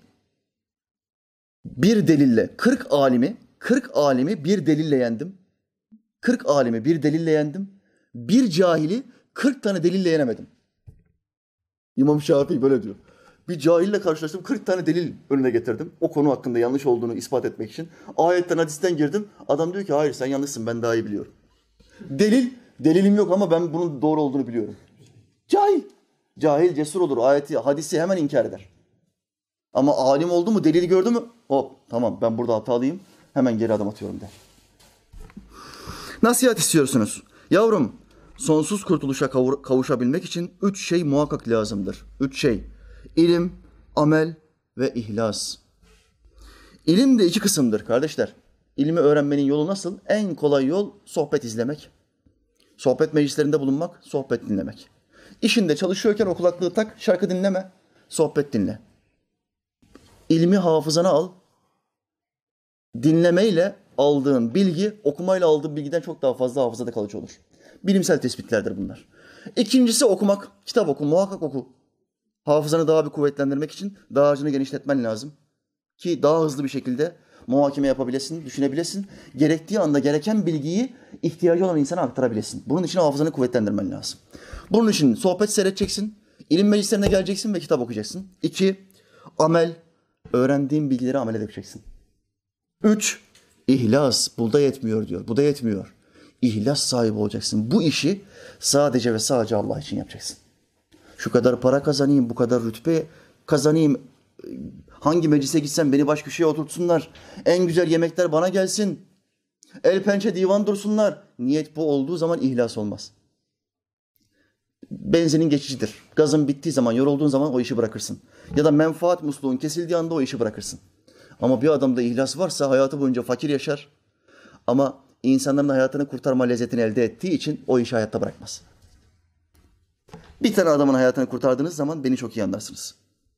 bir delille, 40 alimi bir delille yendim. 40 alimi bir delille yendim. Bir cahili 40 tane delille yenemedim. İmam Şafii böyle diyor. Bir cahille karşılaştım, 40 tane delil önüne getirdim. O konu hakkında yanlış olduğunu ispat etmek için. Ayetten, hadisten girdim. Adam diyor ki hayır sen yanlışsın, ben daha iyi biliyorum. Delilim yok ama ben bunun doğru olduğunu biliyorum. Cahil cesur olur. Ayeti, hadisi hemen inkar eder. Ama alim oldu mu, delili gördü mü? Hop, tamam ben burada hatalıyım. Hemen geri adım atıyorum der. Nasihat istiyorsunuz. Yavrum, sonsuz kurtuluşa kavuşabilmek için 3 şey muhakkak lazımdır. 3 şey. İlim, amel ve ihlas. İlim de 2 kısımdır kardeşler. İlmi öğrenmenin yolu nasıl? En kolay yol sohbet izlemek. Sohbet meclislerinde bulunmak, sohbet dinlemek. İşinde çalışıyorken o kulaklığı tak, şarkı dinleme, sohbet dinle. İlmi hafızana al. Dinlemeyle aldığın bilgi, okumayla aldığın bilgiden çok daha fazla hafızada kalıcı olur. Bilimsel tespitlerdir bunlar. İkincisi okumak. Kitap oku, muhakkak oku. Hafızanı daha bir kuvvetlendirmek için dağarcığını genişletmen lazım. Ki daha hızlı bir şekilde muhakeme yapabilesin, düşünebilesin. Gerektiği anda gereken bilgiyi ihtiyacı olan insana aktarabilesin. Bunun için hafızanı kuvvetlendirmen lazım. Bunun için sohbet seyredeceksin, ilim meclislerine geleceksin ve kitap okuyacaksın. 2, amel. Öğrendiğin bilgileri amele dökeceksin. 3, ihlas. Bu da yetmiyor diyor. Bu da yetmiyor. İhlas sahibi olacaksın. Bu işi sadece ve sadece Allah için yapacaksın. Şu kadar para kazanayım, bu kadar rütbe kazanayım. Hangi meclise gitsem beni baş köşeye oturtsunlar. En güzel yemekler bana gelsin. El pençe divan dursunlar. Niyet bu olduğu zaman ihlas olmaz. Benzinin geçicidir. Gazın bittiği zaman, yorulduğun zaman o işi bırakırsın. Ya da menfaat musluğun kesildiği anda o işi bırakırsın. Ama bir adamda ihlas varsa hayatı boyunca fakir yaşar. Ama insanların hayatını kurtarma lezzetini elde ettiği için o işi hayatta bırakmaz. Bir tane adamın hayatını kurtardığınız zaman beni çok iyi anlarsınız.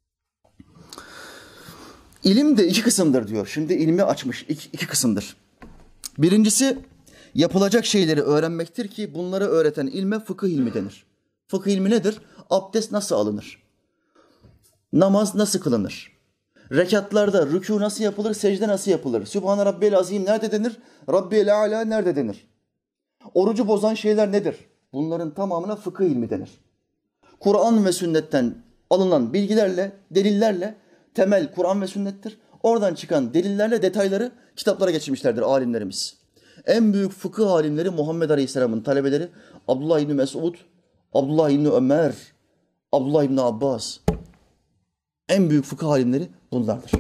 İlim de iki kısımdır diyor. Şimdi ilmi açmış. İki kısımdır. Birincisi yapılacak şeyleri öğrenmektir ki bunları öğreten ilme fıkıh ilmi denir. Fıkıh ilmi nedir? Abdest nasıl alınır? Namaz nasıl kılınır? Rekatlarda rükû nasıl yapılır? Secde nasıl yapılır? Sübhane Rabbiyel Azim nerede denir? Rabbiyel Âlâ nerede denir? Orucu bozan şeyler nedir? Bunların tamamına fıkıh ilmi denir. Kur'an ve sünnetten alınan bilgilerle, delillerle temel Kur'an ve sünnettir. Oradan çıkan delillerle detayları kitaplara geçirmişlerdir alimlerimiz. En büyük fıkıh alimleri Muhammed Aleyhisselam'ın talebeleri Abdullah İbni Mesud, Abdullah İbni Ömer, Abdullah İbni Abbas. En büyük fıkıh alimleri bunlardır.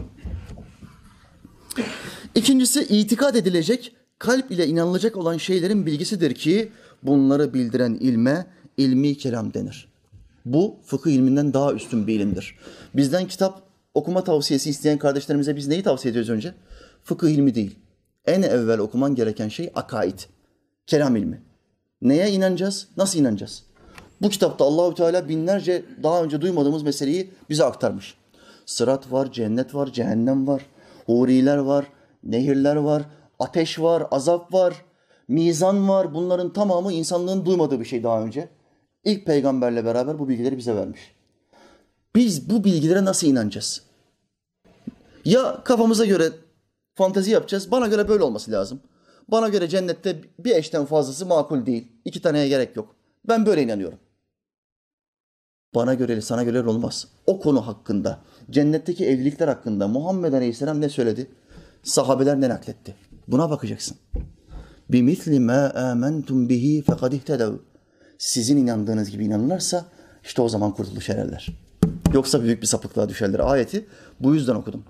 İkincisi itikad edilecek, kalp ile inanılacak olan şeylerin bilgisidir ki bunları bildiren ilme ilmi kelam denir. Bu fıkıh ilminden daha üstün bir ilimdir. Bizden kitap okuma tavsiyesi isteyen kardeşlerimize biz neyi tavsiye ediyoruz önce? Fıkıh ilmi değil. En evvel okuman gereken şey akaid, kelam ilmi. Neye inanacağız? Nasıl inanacağız? Bu kitapta Allahu Teala binlerce daha önce duymadığımız meseleyi bize aktarmış. Sırat var, cennet var, cehennem var, huriler var, nehirler var, ateş var, azap var, mizan var. Bunların tamamı insanlığın duymadığı bir şey daha önce. İlk peygamberle beraber bu bilgileri bize vermiş. Biz bu bilgilere nasıl inanacağız? Ya kafamıza göre fantezi yapacağız. Bana göre böyle olması lazım. Bana göre cennette bir eşten fazlası makul değil. 2 taneye gerek yok. Ben böyle inanıyorum. Bana göre, sana göre olmaz. O konu hakkında, cennetteki evlilikler hakkında Muhammed Aleyhisselam ne söyledi? Sahabeler ne nakletti? Buna bakacaksın. بِمِثْلِ مَا آمَنْتُمْ بِهِ فَقَدْ اِهْتَدَوْا Sizin inandığınız gibi inanırlarsa işte o zaman kurtuluş ererler. Yoksa büyük bir sapıklığa düşerler. Ayeti bu yüzden okudum.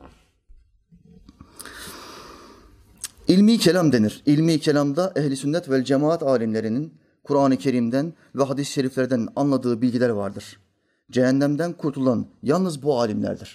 İlmi kelam denir. İlmi kelamda ehli sünnet vel cemaat alimlerinin Kur'an-ı Kerim'den ve hadis-i şeriflerden anladığı bilgiler vardır. Cehennemden kurtulan yalnız bu alimlerdir.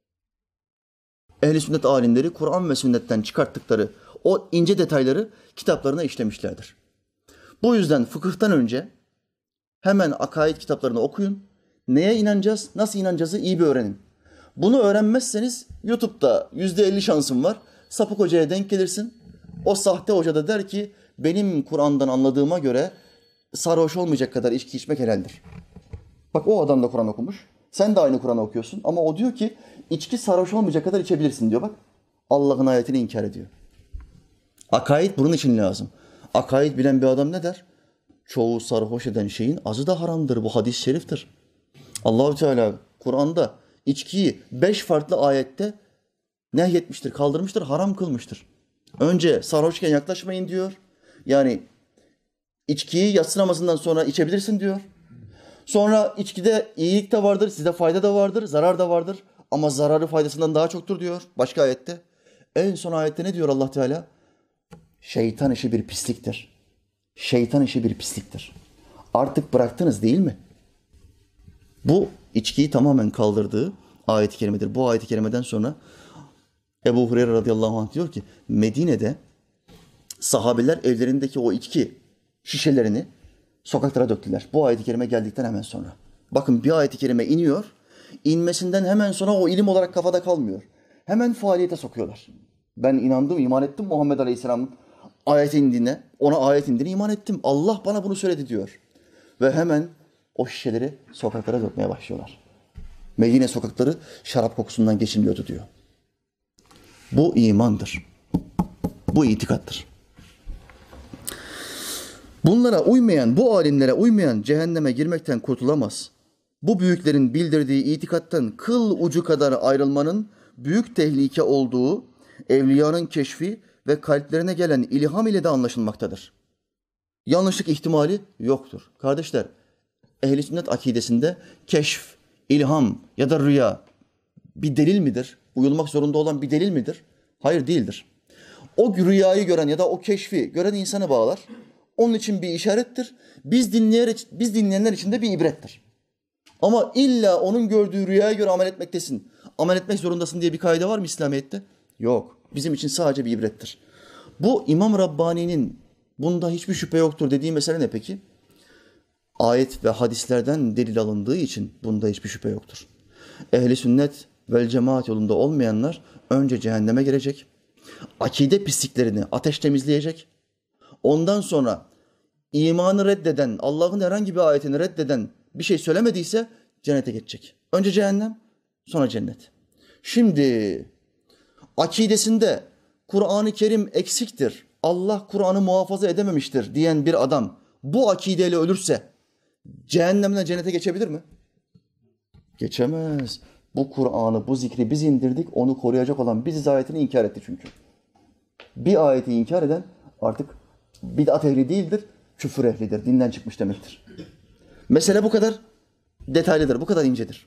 Ehli sünnet alimleri Kur'an ve sünnetten çıkarttıkları o ince detayları kitaplarına işlemişlerdir. Bu yüzden fıkıhtan önce hemen akaid kitaplarını okuyun. Neye inanacağız, nasıl inanacağızı iyi bir öğrenin. Bunu öğrenmezseniz YouTube'da %50 şansın var. Sapık hocaya denk gelirsin. O sahte hoca da der ki benim Kur'an'dan anladığıma göre sarhoş olmayacak kadar içki içmek helaldir. Bak o adam da Kur'an okumuş. Sen de aynı Kur'an okuyorsun ama o diyor ki içki sarhoş olmayacak kadar içebilirsin diyor bak. Allah'ın ayetini inkar ediyor. Akaid bunun için lazım. Akaid bilen bir adam ne der? Çoğu sarhoş eden şeyin azı da haramdır. Bu hadis-i şeriftir. Allah-u Teala Kur'an'da içkiyi 5 farklı ayette nehyetmiştir, kaldırmıştır, haram kılmıştır. Önce sarhoşken yaklaşmayın diyor. Yani içkiyi yatsı namazından sonra içebilirsin diyor. Sonra içkide iyilik de vardır, size fayda da vardır, zarar da vardır. Ama zararı faydasından daha çoktur diyor başka ayette. En son ayette ne diyor Allah Teala? Şeytan işi bir pisliktir. Şeytan işi bir pisliktir. Artık bıraktınız değil mi? Bu içkiyi tamamen kaldırdığı ayet-i kerimedir. Bu ayet-i kerimeden sonra Ebu Hureyre radıyallahu anh diyor ki Medine'de sahabeler evlerindeki o içki şişelerini sokaklara döktüler. Bu ayet-i kerime geldikten hemen sonra. Bakın bir ayet-i kerime iniyor. İnmesinden hemen sonra o ilim olarak kafada kalmıyor. Hemen faaliyete sokuyorlar. Ben inandım, iman ettim Muhammed Aleyhisselam'ın ayet indiğine, ona ayet indiğine iman ettim. Allah bana bunu söyledi diyor. Ve hemen o şişeleri sokaklara dökmeye başlıyorlar. Medine sokakları şarap kokusundan geçilmiyordu diyor. Bu imandır. Bu itikattır. Bunlara uymayan, bu alimlere uymayan cehenneme girmekten kurtulamaz. Bu büyüklerin bildirdiği itikattan kıl ucu kadar ayrılmanın büyük tehlike olduğu evliyanın keşfi ve kalplerine gelen ilham ile de anlaşılmaktadır. Yanlışlık ihtimali yoktur. Kardeşler, Ehl-i sünnet akidesinde keşf, ilham ya da rüya bir delil midir? Uyulmak zorunda olan bir delil midir? Hayır, değildir. O rüyayı gören ya da o keşfi gören insanı bağlar. Onun için bir işarettir. Biz dinleyenler için de bir ibrettir. Ama illa onun gördüğü rüyaya göre amel etmektesin, amel etmek zorundasın diye bir kaide var mı İslamiyet'te? Yok. Bizim için sadece bir ibrettir. Bu İmam Rabbani'nin bunda hiçbir şüphe yoktur dediği mesele ne peki? Ayet ve hadislerden delil alındığı için bunda hiçbir şüphe yoktur. Ehli sünnet vel cemaat yolunda olmayanlar önce cehenneme girecek, akide pisliklerini ateş temizleyecek, ondan sonra imanı reddeden, Allah'ın herhangi bir ayetini reddeden bir şey söylemediyse cennete geçecek. Önce cehennem, sonra cennet. Şimdi akidesinde Kur'an-ı Kerim eksiktir, Allah Kur'an'ı muhafaza edememiştir diyen bir adam bu akideyle ölürse cehennemden cennete geçebilir mi? Geçemez. Bu Kur'an'ı, bu zikri biz indirdik, onu koruyacak olan biziz ayetini inkar etti çünkü. Bir ayeti inkar eden artık bid'at ehli değildir, küfür ehlidir, dinden çıkmış demektir. Mesele bu kadar detaylıdır, bu kadar incedir.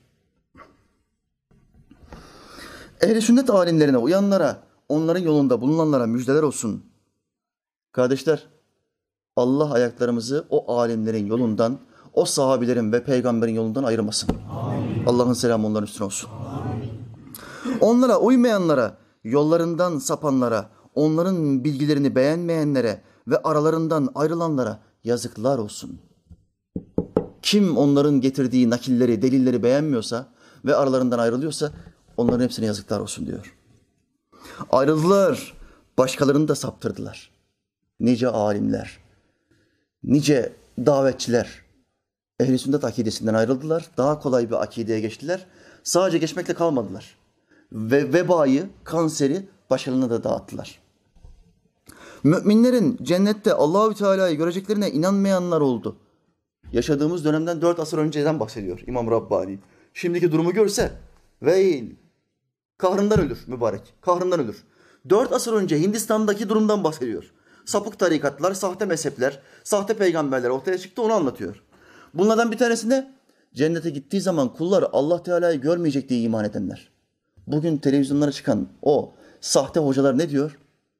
Ehl-i sünnet alimlerine uyanlara, onların yolunda bulunanlara müjdeler olsun. Kardeşler, Allah ayaklarımızı o alimlerin yolundan, o sahabilerin ve peygamberin yolundan ayırmasın. Allah'ın selamı onların üstüne olsun. Onlara uymayanlara, yollarından sapanlara, onların bilgilerini beğenmeyenlere ve aralarından ayrılanlara yazıklar olsun. Kim onların getirdiği nakilleri, delilleri beğenmiyorsa ve aralarından ayrılıyorsa onların hepsine yazıklar olsun diyor. Ayrıldılar, başkalarını da saptırdılar. Nice alimler, nice davetçiler Ehl-i sünnet akidesinden ayrıldılar. Daha kolay bir akideye geçtiler. Sadece geçmekle kalmadılar. Ve vebayı, kanseri başlarına da dağıttılar. Müminlerin cennette Allahü Teala'yı göreceklerine inanmayanlar oldu. Yaşadığımız dönemden 4 asır önceden bahsediyor İmam Rabbani. Şimdiki durumu görse veil, kahrından ölür mübarek, kahrından ölür. 4 asır önce Hindistan'daki durumdan bahsediyor. Sapık tarikatlar, sahte mezhepler, sahte peygamberler ortaya çıktı, onu anlatıyor. Bunlardan bir tanesi ne? Cennete gittiği zaman kullar Allah Teala'yı görmeyecek diye iman edenler. Bugün televizyonlara çıkan o sahte hocalar ne diyor?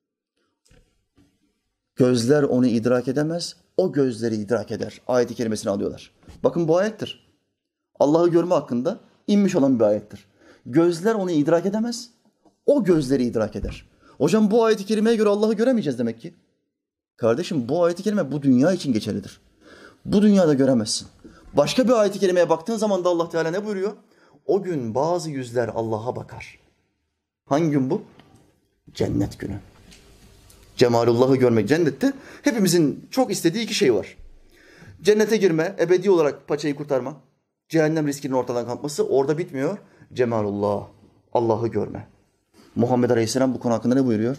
Gözler onu idrak edemez, o gözleri idrak eder. Ayet-i kerimesini alıyorlar. Bakın bu ayettir. Allah'ı görme hakkında inmiş olan bir ayettir. Gözler onu idrak edemez, o gözleri idrak eder. Hocam bu ayet-i kerimeye göre Allah'ı göremeyeceğiz demek ki. Kardeşim bu ayet-i kerime bu dünya için geçerlidir. Bu dünyada göremezsin. Başka bir ayet-i kerimeye baktığın zaman da Allah Teala ne buyuruyor? O gün bazı yüzler Allah'a bakar. Hangi gün bu? Cennet günü. Cemalullah'ı görmek cennette hepimizin çok istediği iki şey var. Cennete girme, ebedi olarak paçayı kurtarma. Cehennem riskinin ortadan kalkması orada bitmiyor. Cemalullah, Allah'ı görme. Muhammed Aleyhisselam bu konu hakkında ne buyuruyor?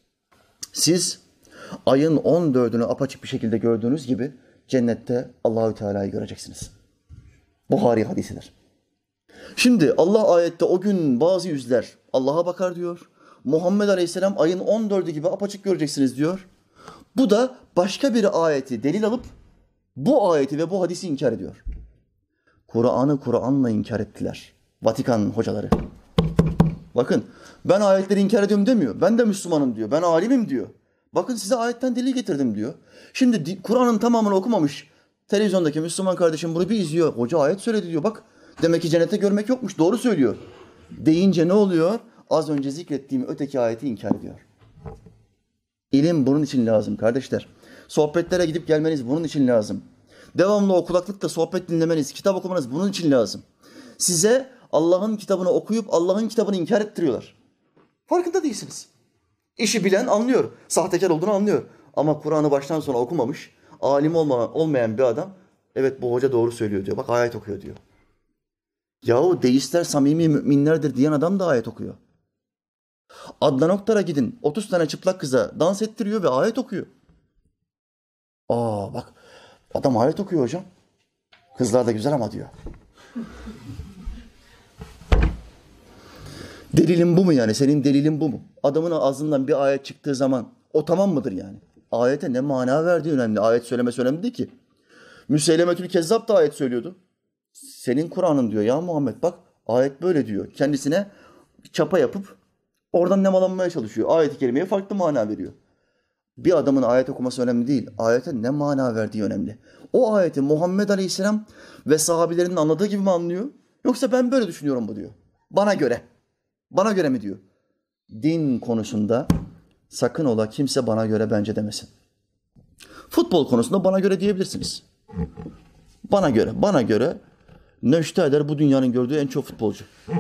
Siz ayın 14'ünü apaçık bir şekilde gördüğünüz gibi cennette Allahü Teala'yı göreceksiniz. Buhari hadisidir. Şimdi Allah ayette o gün bazı yüzler Allah'a bakar diyor. Muhammed Aleyhisselam ayın 14'ü gibi apaçık göreceksiniz diyor. Bu da başka bir ayeti delil alıp bu ayeti ve bu hadisi inkar ediyor. Kur'an'ı Kur'an'la inkar ettiler. Vatikan hocaları. Bakın ben ayetleri inkar ediyorum demiyor. Ben de Müslümanım diyor. Ben alimim diyor. Bakın size ayetten delil getirdim diyor. Şimdi Kur'an'ın tamamını okumamış televizyondaki Müslüman kardeşim bunu bir izliyor. Hoca ayet söyledi diyor. Bak demek ki cennete görmek yokmuş. Doğru söylüyor. Deyince ne oluyor? Az önce zikrettiğim öteki ayeti inkar ediyor. İlim bunun için lazım kardeşler. Sohbetlere gidip gelmeniz bunun için lazım. Devamlı o kulaklıkta sohbet dinlemeniz, kitap okumanız bunun için lazım. Size Allah'ın kitabını okuyup Allah'ın kitabını inkar ettiriyorlar. Farkında değilsiniz. İşi bilen anlıyor. Sahtekar olduğunu anlıyor. Ama Kur'an'ı baştan sona okumamış, alim olmayan bir adam, evet bu hoca doğru söylüyor diyor. Bak ayet okuyor diyor. Yahu deistler samimi müminlerdir diyen adam da ayet okuyor. Adnan Oktar'a gidin, 30 tane çıplak kıza dans ettiriyor ve ayet okuyor. Bak adam ayet okuyor hocam. Kızlar da güzel ama diyor. Delilin bu mu yani? Senin delilin bu mu? Adamın ağzından bir ayet çıktığı zaman o tamam mıdır yani? Ayete ne mana verdiği önemli. Ayet söylemesi önemli değil ki. Müseylemetül Kezzab da ayet söylüyordu. Senin Kur'an'ın diyor ya Muhammed, bak ayet böyle diyor. Kendisine çapa yapıp oradan nemalanmaya çalışıyor. Ayet-i kerimeye farklı mana veriyor. Bir adamın ayet okuması önemli değil. Ayete ne mana verdiği önemli. O ayeti Muhammed Aleyhisselam ve sahabilerinin anladığı gibi mi anlıyor? Yoksa ben böyle düşünüyorum bu diyor. Bana göre. Bana göre mi diyor? Din konusunda sakın ola kimse bana göre bence demesin. Futbol konusunda bana göre diyebilirsiniz. Bana göre Neşte Eder bu dünyanın gördüğü en çok futbolcu.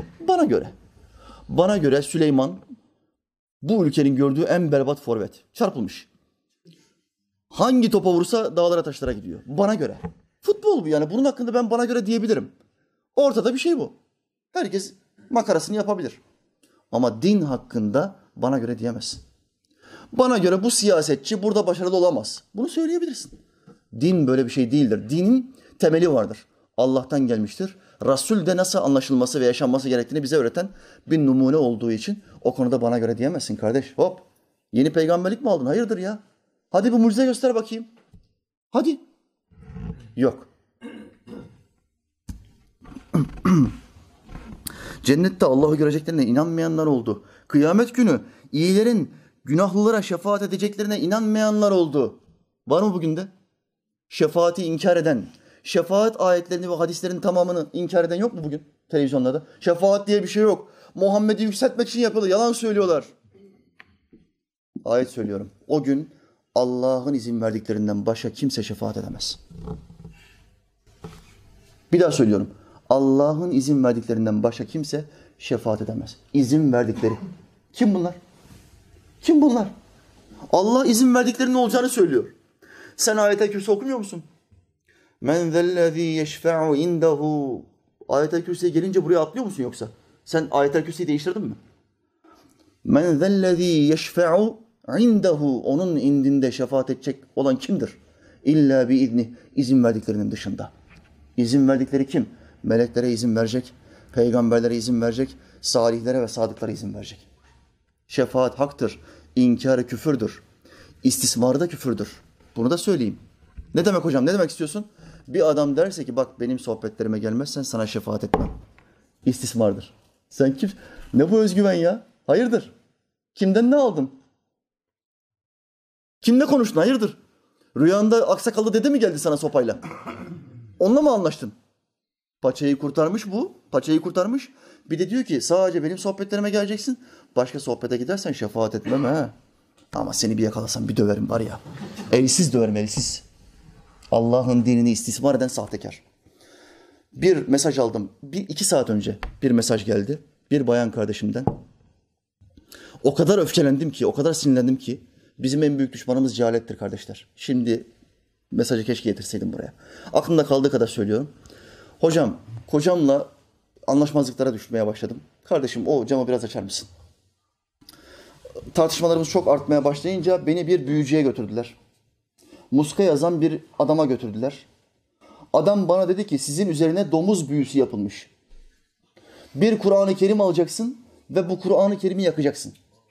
Bana göre Süleyman bu ülkenin gördüğü en berbat forvet. Çarpılmış. Hangi topa vursa dağlara taşlara gidiyor. Bana göre. Futbol bu yani. Bunun hakkında ben bana göre diyebilirim. Ortada bir şey bu. Herkes makarasını yapabilir. Ama din hakkında bana göre diyemezsin. Bana göre bu siyasetçi burada başarılı olamaz. Bunu söyleyebilirsin. Din böyle bir şey değildir. Dinin temeli vardır. Allah'tan gelmiştir. Resul de nasıl anlaşılması ve yaşanması gerektiğini bize öğreten bir numune olduğu için o konuda bana göre diyemezsin kardeş. Hop. Yeni peygamberlik mi aldın? Hayırdır ya? Hadi bir mucize göster bakayım. Hadi. Yok. Cennette Allah'ı göreceklerine inanmayanlar oldu. Kıyamet günü iyilerin günahlılara şefaat edeceklerine inanmayanlar oldu. Var mı bugün de? Şefaati inkar eden, şefaat ayetlerini ve hadislerin tamamını inkar eden yok mu bugün televizyonlarda? Şefaat diye bir şey yok. Muhammed'i yükseltmek için yapıldı. Yalan söylüyorlar. Ayet söylüyorum. O gün Allah'ın izin verdiklerinden başka kimse şefaat edemez. Bir daha söylüyorum. Allah'ın izin verdiklerinden başka kimse şefaat edemez. İzin verdikleri. Kim bunlar? Kim bunlar? Allah izin verdiklerinin olacağını söylüyor. Sen Ayet-el Kürsi okumuyor musun? Men zellezî yeşfe'u indehu. Ayet-el Kürsi'ye gelince buraya atlıyor musun yoksa? Sen Ayet-el Kürsi'yi değiştirdin mi? Men zellezî yeşfe'u indehu. Onun indinde şefaat edecek olan kimdir? İlla bi izni. İzin verdiklerinin dışında. İzin verdikleri kim? Meleklere izin verecek, peygamberlere izin verecek, salihlere ve sadıklara izin verecek. Şefaat haktır, inkarı küfürdür, istismarı da küfürdür. Bunu da söyleyeyim. Ne demek hocam, ne demek istiyorsun? Bir adam derse ki bak benim sohbetlerime gelmezsen sana şefaat etmem. İstismardır. Sen kim? Ne bu özgüven ya? Hayırdır? Kimden ne aldın? Kimle konuştun? Hayırdır? Rüyanda aksakallı dede mi geldi sana sopayla? Onunla mı anlaştın? Paçayı kurtarmış bu. Paçayı kurtarmış. Bir de diyor ki sadece benim sohbetlerime geleceksin. Başka sohbete gidersen şefaat etmem ha. Ama seni bir yakalasam bir döverim var ya. Elsiz döverim, elsiz. Allah'ın dinini istismar eden sahtekar. Bir mesaj aldım. 2 saat önce bir mesaj geldi. Bir bayan kardeşimden. O kadar öfkelendim ki, o kadar sinirlendim ki. Bizim en büyük düşmanımız cehalettir kardeşler. Şimdi mesajı keşke getirseydim buraya. Aklımda kaldığı kadar söylüyorum. Hocam, kocamla anlaşmazlıklara düşmeye başladım. Kardeşim o camı biraz açar mısın? Tartışmalarımız çok artmaya başlayınca beni bir büyücüye götürdüler. Muska yazan bir adama götürdüler. Adam bana dedi ki sizin üzerine domuz büyüsü yapılmış. Bir Kur'an-ı Kerim alacaksın ve bu Kur'an-ı Kerim'i yakacaksın.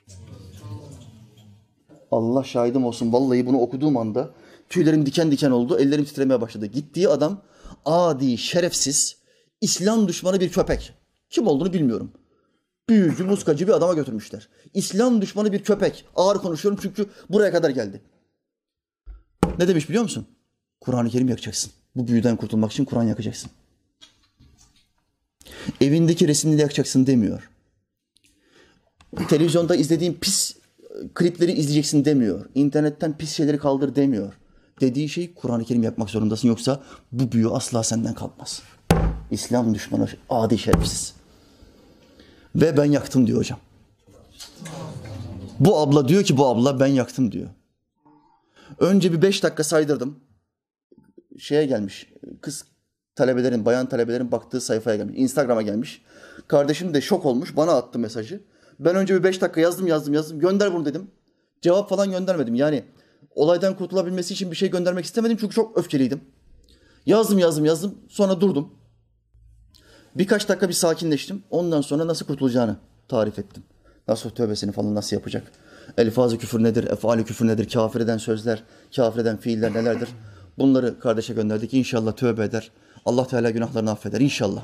Allah şahidim olsun vallahi bunu okuduğum anda tüylerim diken diken oldu, ellerim titremeye başladı. Gittiği adam adi, şerefsiz, İslam düşmanı bir köpek. Kim olduğunu bilmiyorum. Büyücü, muskacı bir adama götürmüşler. İslam düşmanı bir köpek. Ağır konuşuyorum çünkü buraya kadar geldi. Ne demiş biliyor musun? Kur'an-ı Kerim yakacaksın. Bu büyüden kurtulmak için Kur'an yakacaksın. Evindeki resimleri yakacaksın demiyor. Televizyonda izlediğin pis klipleri izleyeceksin demiyor. İnternetten pis şeyleri kaldır demiyor. Dediği şey Kur'an-ı Kerim yakmak zorundasın yoksa bu büyü asla senden kalkmaz. İslam düşmanı adi şerefsiz. Ve ben yaktım diyor hocam. Bu abla diyor ki ben yaktım diyor. Önce bir 5 dakika saydırdım. Şeye gelmiş. Bayan talebelerin baktığı sayfaya gelmiş. Instagram'a gelmiş. Kardeşim de şok olmuş. Bana attı mesajı. Ben önce bir 5 dakika yazdım. Gönder bunu dedim. Cevap falan göndermedim. Yani olaydan kurtulabilmesi için bir şey göndermek istemedim. Çünkü çok öfkeliydim. Yazdım. Sonra durdum. Birkaç dakika bir sakinleştim. Ondan sonra nasıl kurtulacağını tarif ettim. Nasıl tövbesini falan nasıl yapacak? Elfaz-ı küfür nedir? Efal-i küfür nedir? Kafir eden sözler, kafir eden fiiller nelerdir? Bunları kardeşe gönderdik. İnşallah tövbe eder. Allah Teala günahlarını affeder inşallah.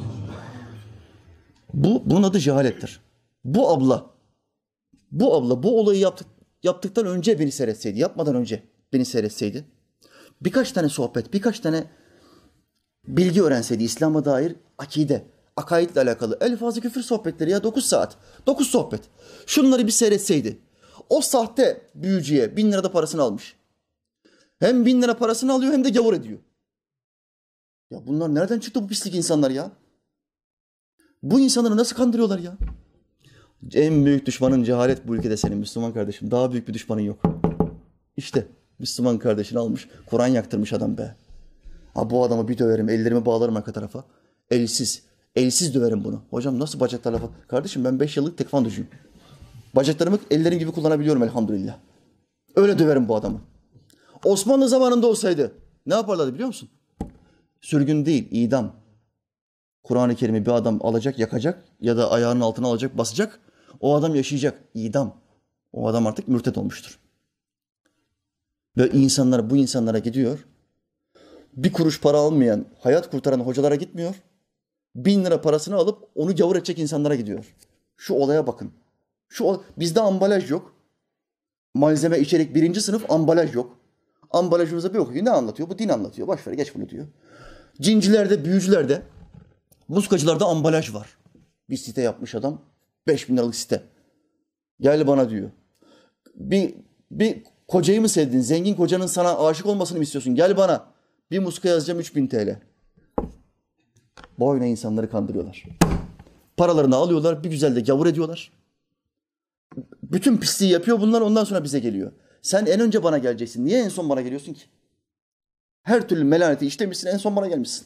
Bunun adı cehalettir. Bu abla bu olayı yaptıktan önce beni seyretseydi, yapmadan önce beni seyretseydi, birkaç tane sohbet, birkaç tane bilgi öğrenseydi İslam'a dair akide, akaidle alakalı elfaz-ı küfür sohbetleri ya 9 saat, 9 sohbet. Şunları bir seyretseydi. O sahte büyücüye 1000 lira da parasını almış. Hem 1000 lira parasını alıyor hem de gavur ediyor. Ya bunlar nereden çıktı bu pislik insanlar ya? Bu insanları nasıl kandırıyorlar ya? En büyük düşmanın cehalet bu ülkede senin Müslüman kardeşim. Daha büyük bir düşmanın yok. İşte Müslüman kardeşini almış, Kur'an yaktırmış adam be. Ha bu adamı bir döverim, ellerimi bağlarım arka tarafa. Elsiz döverim bunu. Hocam nasıl bacaklarla falan? Kardeşim ben 5 yıllık tekvandocuyum. Bacaklarımı ellerim gibi kullanabiliyorum elhamdülillah. Öyle döverim bu adamı. Osmanlı zamanında olsaydı ne yaparlardı biliyor musun? Sürgün değil, idam. Kur'an-ı Kerim'i bir adam alacak, yakacak ya da ayağının altına alacak, basacak. O adam yaşayacak. İdam. O adam artık mürted olmuştur. Ve bu insanlara gidiyor. Bir kuruş para almayan, hayat kurtaran hocalara gitmiyor. 1000 lira parasını alıp onu gavur edecek insanlara gidiyor. Şu olaya bakın. Bizde ambalaj yok. Malzeme, içerik 1. sınıf ambalaj yok. Ambalajımıza bir okuyor. Ne anlatıyor? Bu din anlatıyor. Boş ver geç bunu diyor. Cincilerde, büyücülerde, muskacılarda ambalaj var. Bir site yapmış adam. 5000 liralık site. Gel bana diyor. Bir kocayı mı sevdin? Zengin kocanın sana aşık olmasını mı istiyorsun? Gel bana. Bir muska yazacağım 3000 TL. Boyuna insanları kandırıyorlar. Paralarını alıyorlar. Bir güzel de gavur ediyorlar. Bütün pisliği yapıyor bunlar, ondan sonra bize geliyor. Sen en önce bana geleceksin. Niye en son bana geliyorsun ki? Her türlü melaneti işlemişsin, en son bana gelmişsin.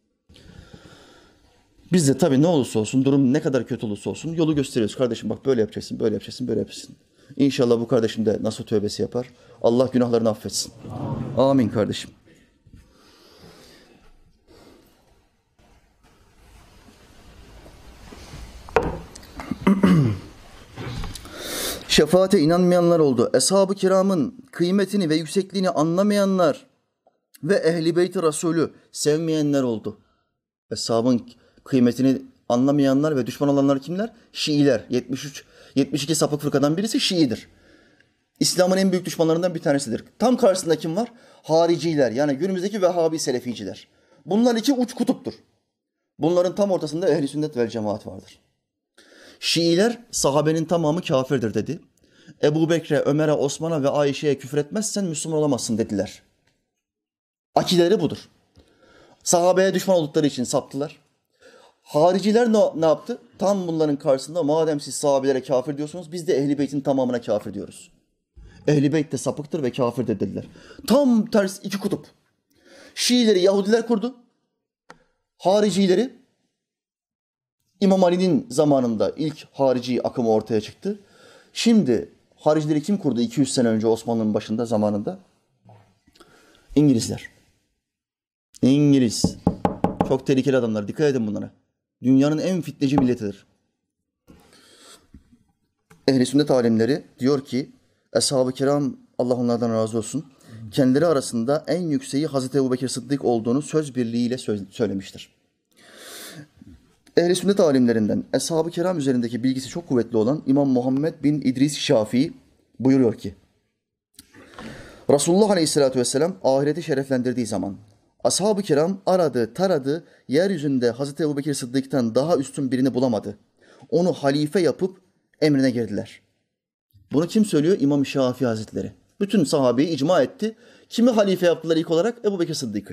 Biz de tabii ne olursa olsun, durum ne kadar kötü olursa olsun yolu gösteriyoruz. Kardeşim bak böyle yapacaksın, böyle yapacaksın, böyle yapacaksın. İnşallah bu kardeşim de nasıl tövbesi yapar. Allah günahlarını affetsin. Amin kardeşim. Şefaate inanmayanlar oldu. Eshab-ı kiramın kıymetini ve yüksekliğini anlamayanlar ve Ehl-i Beyt-i Resulü sevmeyenler oldu. Eshabın kıymetini anlamayanlar ve düşman olanlar kimler? Şiiler. 72 sapık fırkadan birisi Şiidir. İslam'ın en büyük düşmanlarından bir tanesidir. Tam karşısında kim var? Hariciler, yani günümüzdeki Vehhabi Seleficiler. Bunlar iki uç kutuptur. Bunların tam ortasında Ehl-i Sünnet vel Cemaat vardır. Şiiler sahabenin tamamı kafirdir dedi. Ebu Bekre, Ömer'e, Osman'a ve Ayşe'ye küfür etmezsen Müslüman olamazsın dediler. Akideleri budur. Sahabeye düşman oldukları için saptılar. Hariciler ne yaptı? Tam bunların karşısında madem siz sahabelere kafir diyorsunuz biz de Ehl-i Beyt'in tamamına kafir diyoruz. Ehl-i Beyt de sapıktır ve kafirdir dediler. Tam ters iki kutup. Şiileri Yahudiler kurdu. Haricileri İmam Ali'nin zamanında ilk harici akımı ortaya çıktı. Şimdi haricileri kim kurdu 200 sene önce Osmanlı'nın başında zamanında? İngilizler. İngiliz. Çok tehlikeli adamlar. Dikkat edin bunlara. Dünyanın en fitneci milletidir. Ehl-i Sünnet alimleri diyor ki Eshab-ı Kiram Allah onlardan razı olsun. Kendileri arasında en yükseği Hazreti Ebubekir Sıddık olduğunu söz birliğiyle söylemiştir. Ehl-i Sünnet alimlerinden Eshab-ı Kiram üzerindeki bilgisi çok kuvvetli olan İmam Muhammed bin İdris Şafii buyuruyor ki Resulullah Aleyhisselatü Vesselam ahireti şereflendirdiği zaman Ashab-ı Kiram aradı, taradı, yeryüzünde Hazreti Ebubekir Sıddık'tan daha üstün birini bulamadı. Onu halife yapıp emrine girdiler. Bunu kim söylüyor? İmam Şafii Hazretleri. Bütün sahabeyi icma etti. Kimi halife yaptılar ilk olarak? Ebubekir Sıddık'ı.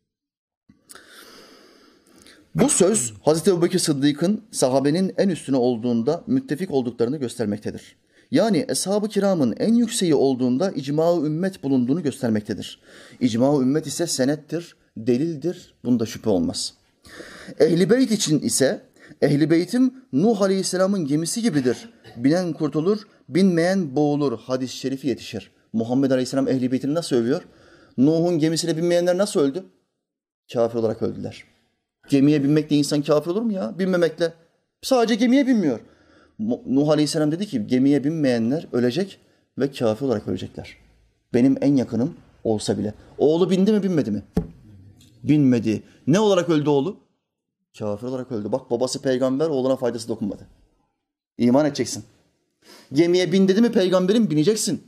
Bu söz Hazreti Ebubekir Sıddık'ın sahabenin en üstüne olduğunda müttefik olduklarını göstermektedir. Yani Eshab-ı Kiram'ın en yükseği olduğunda icma-ı ümmet bulunduğunu göstermektedir. İcma-ı ümmet ise senettir, delildir. Bunda şüphe olmaz. Ehl-i Beyt için ise Ehl-i Beyt'im Nuh Aleyhisselam'ın gemisi gibidir. Binen kurtulur, binmeyen boğulur. Hadis-i şerifi yetişir. Muhammed Aleyhisselam Ehl-i Beyt'ini nasıl övüyor? Nuh'un gemisine binmeyenler nasıl öldü? Kafir olarak öldüler. Gemiye binmekle insan kafir olur mu ya? Binmemekle. Sadece gemiye binmiyor. Nuh Aleyhisselam dedi ki gemiye binmeyenler ölecek ve kafir olarak ölecekler. Benim en yakınım olsa bile. Oğlu bindi mi binmedi mi? Binmedi. Ne olarak öldü oğlu? Kafir olarak öldü. Bak babası peygamber, oğluna faydası dokunmadı. İman edeceksin. Gemiye bin dedi mi peygamberin, bineceksin.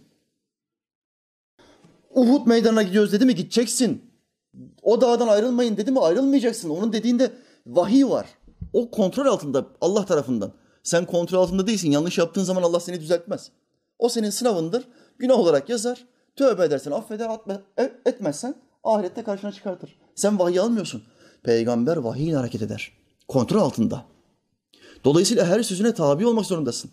Uhud meydanına gidiyoruz dedi mi gideceksin. O dağdan ayrılmayın dedi mi ayrılmayacaksın. Onun dediğinde vahiy var. O kontrol altında Allah tarafından. Sen kontrol altında değilsin. Yanlış yaptığın zaman Allah seni düzeltmez. O senin sınavındır. Günah olarak yazar. Tövbe edersen affeder, etmezsen ahirette karşına çıkartır. Sen vahiy almıyorsun. Peygamber vahiy ile hareket eder. Kontrol altında. Dolayısıyla her sözüne tabi olmak zorundasın.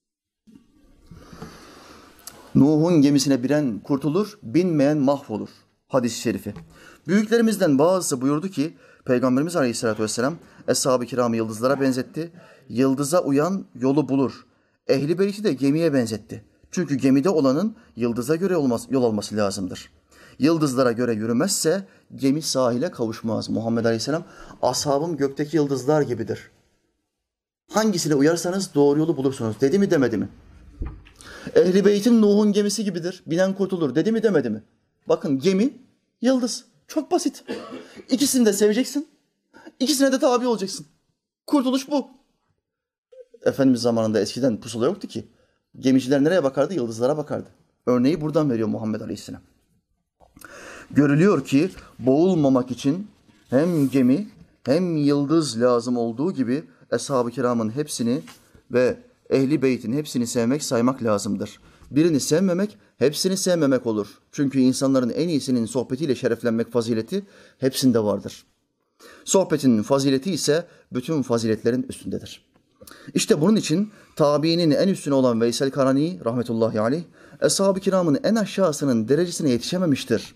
Nuh'un gemisine binen kurtulur, binmeyen mahvolur. Hadis-i şerifi. Büyüklerimizden bazısı buyurdu ki, Peygamberimiz Aleyhisselatü Vesselam, Eshab-ı Kiram'ı yıldızlara benzetti. Yıldıza uyan yolu bulur. Ehli Beyt'i de gemiye benzetti. Çünkü gemide olanın yıldıza göre yol alması lazımdır. Yıldızlara göre yürümezse gemi sahile kavuşmaz. Muhammed Aleyhisselam, ashabım gökteki yıldızlar gibidir. Hangisine uyarsanız doğru yolu bulursunuz. Dedi mi demedi mi? Ehli Beyt'in Nuh'un gemisi gibidir. Binen kurtulur. Dedi mi demedi mi? Bakın gemi, yıldız. Çok basit. İkisini de seveceksin. İkisine de tabi olacaksın. Kurtuluş bu. Efendimiz zamanında eskiden pusula yoktu ki. Gemiciler nereye bakardı? Yıldızlara bakardı. Örneği buradan veriyor Muhammed Aleyhisselam. Görülüyor ki boğulmamak için hem gemi hem yıldız lazım olduğu gibi Eshab-ı Kiram'ın hepsini ve Ehli Beyt'in hepsini sevmek, saymak lazımdır. Birini sevmemek, hepsini sevmemek olur. Çünkü insanların en iyisinin sohbetiyle şereflenmek fazileti hepsinde vardır. Sohbetin fazileti ise bütün faziletlerin üstündedir. İşte bunun için tabiinin en üstüne olan Veysel Karani rahmetullahi aleyh, Eshab-ı Kiram'ın en aşağısının derecesine yetişememiştir.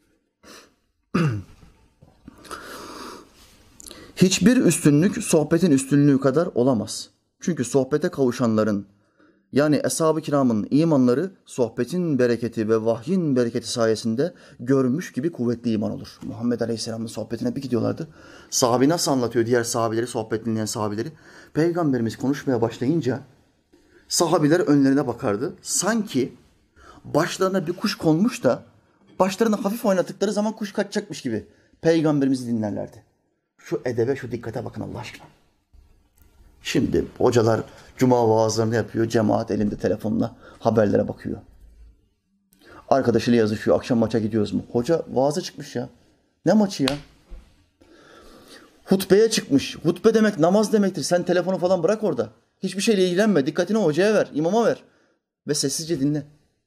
Hiçbir üstünlük sohbetin üstünlüğü kadar olamaz. Çünkü sohbete kavuşanların, yani Eshab-ı Kiram'ın imanları sohbetin bereketi ve vahyin bereketi sayesinde görmüş gibi kuvvetli iman olur. Muhammed Aleyhisselam'ın sohbetine bir gidiyorlardı. Sahabi nasıl anlatıyor diğer sahabileri, sohbet dinleyen sahabileri? Peygamberimiz konuşmaya başlayınca sahabiler önlerine bakardı. Sanki başlarına bir kuş konmuş da başlarını hafif oynattıkları zaman kuş kaçacakmış gibi Peygamberimizi dinlerlerdi. Şu edebe, şu dikkate bakın Allah aşkına. Şimdi hocalar cuma vaazlarını yapıyor, cemaat elinde telefonla haberlere bakıyor. Arkadaşıyla yazışıyor, akşam maça gidiyoruz mu? Hoca vaaza çıkmış ya. Ne maçı ya? Hutbeye çıkmış. Hutbe demek namaz demektir. Sen telefonu falan bırak orada. Hiçbir şeyle ilgilenme. Dikkatini hocaya ver, imama ver. Ve sessizce dinle.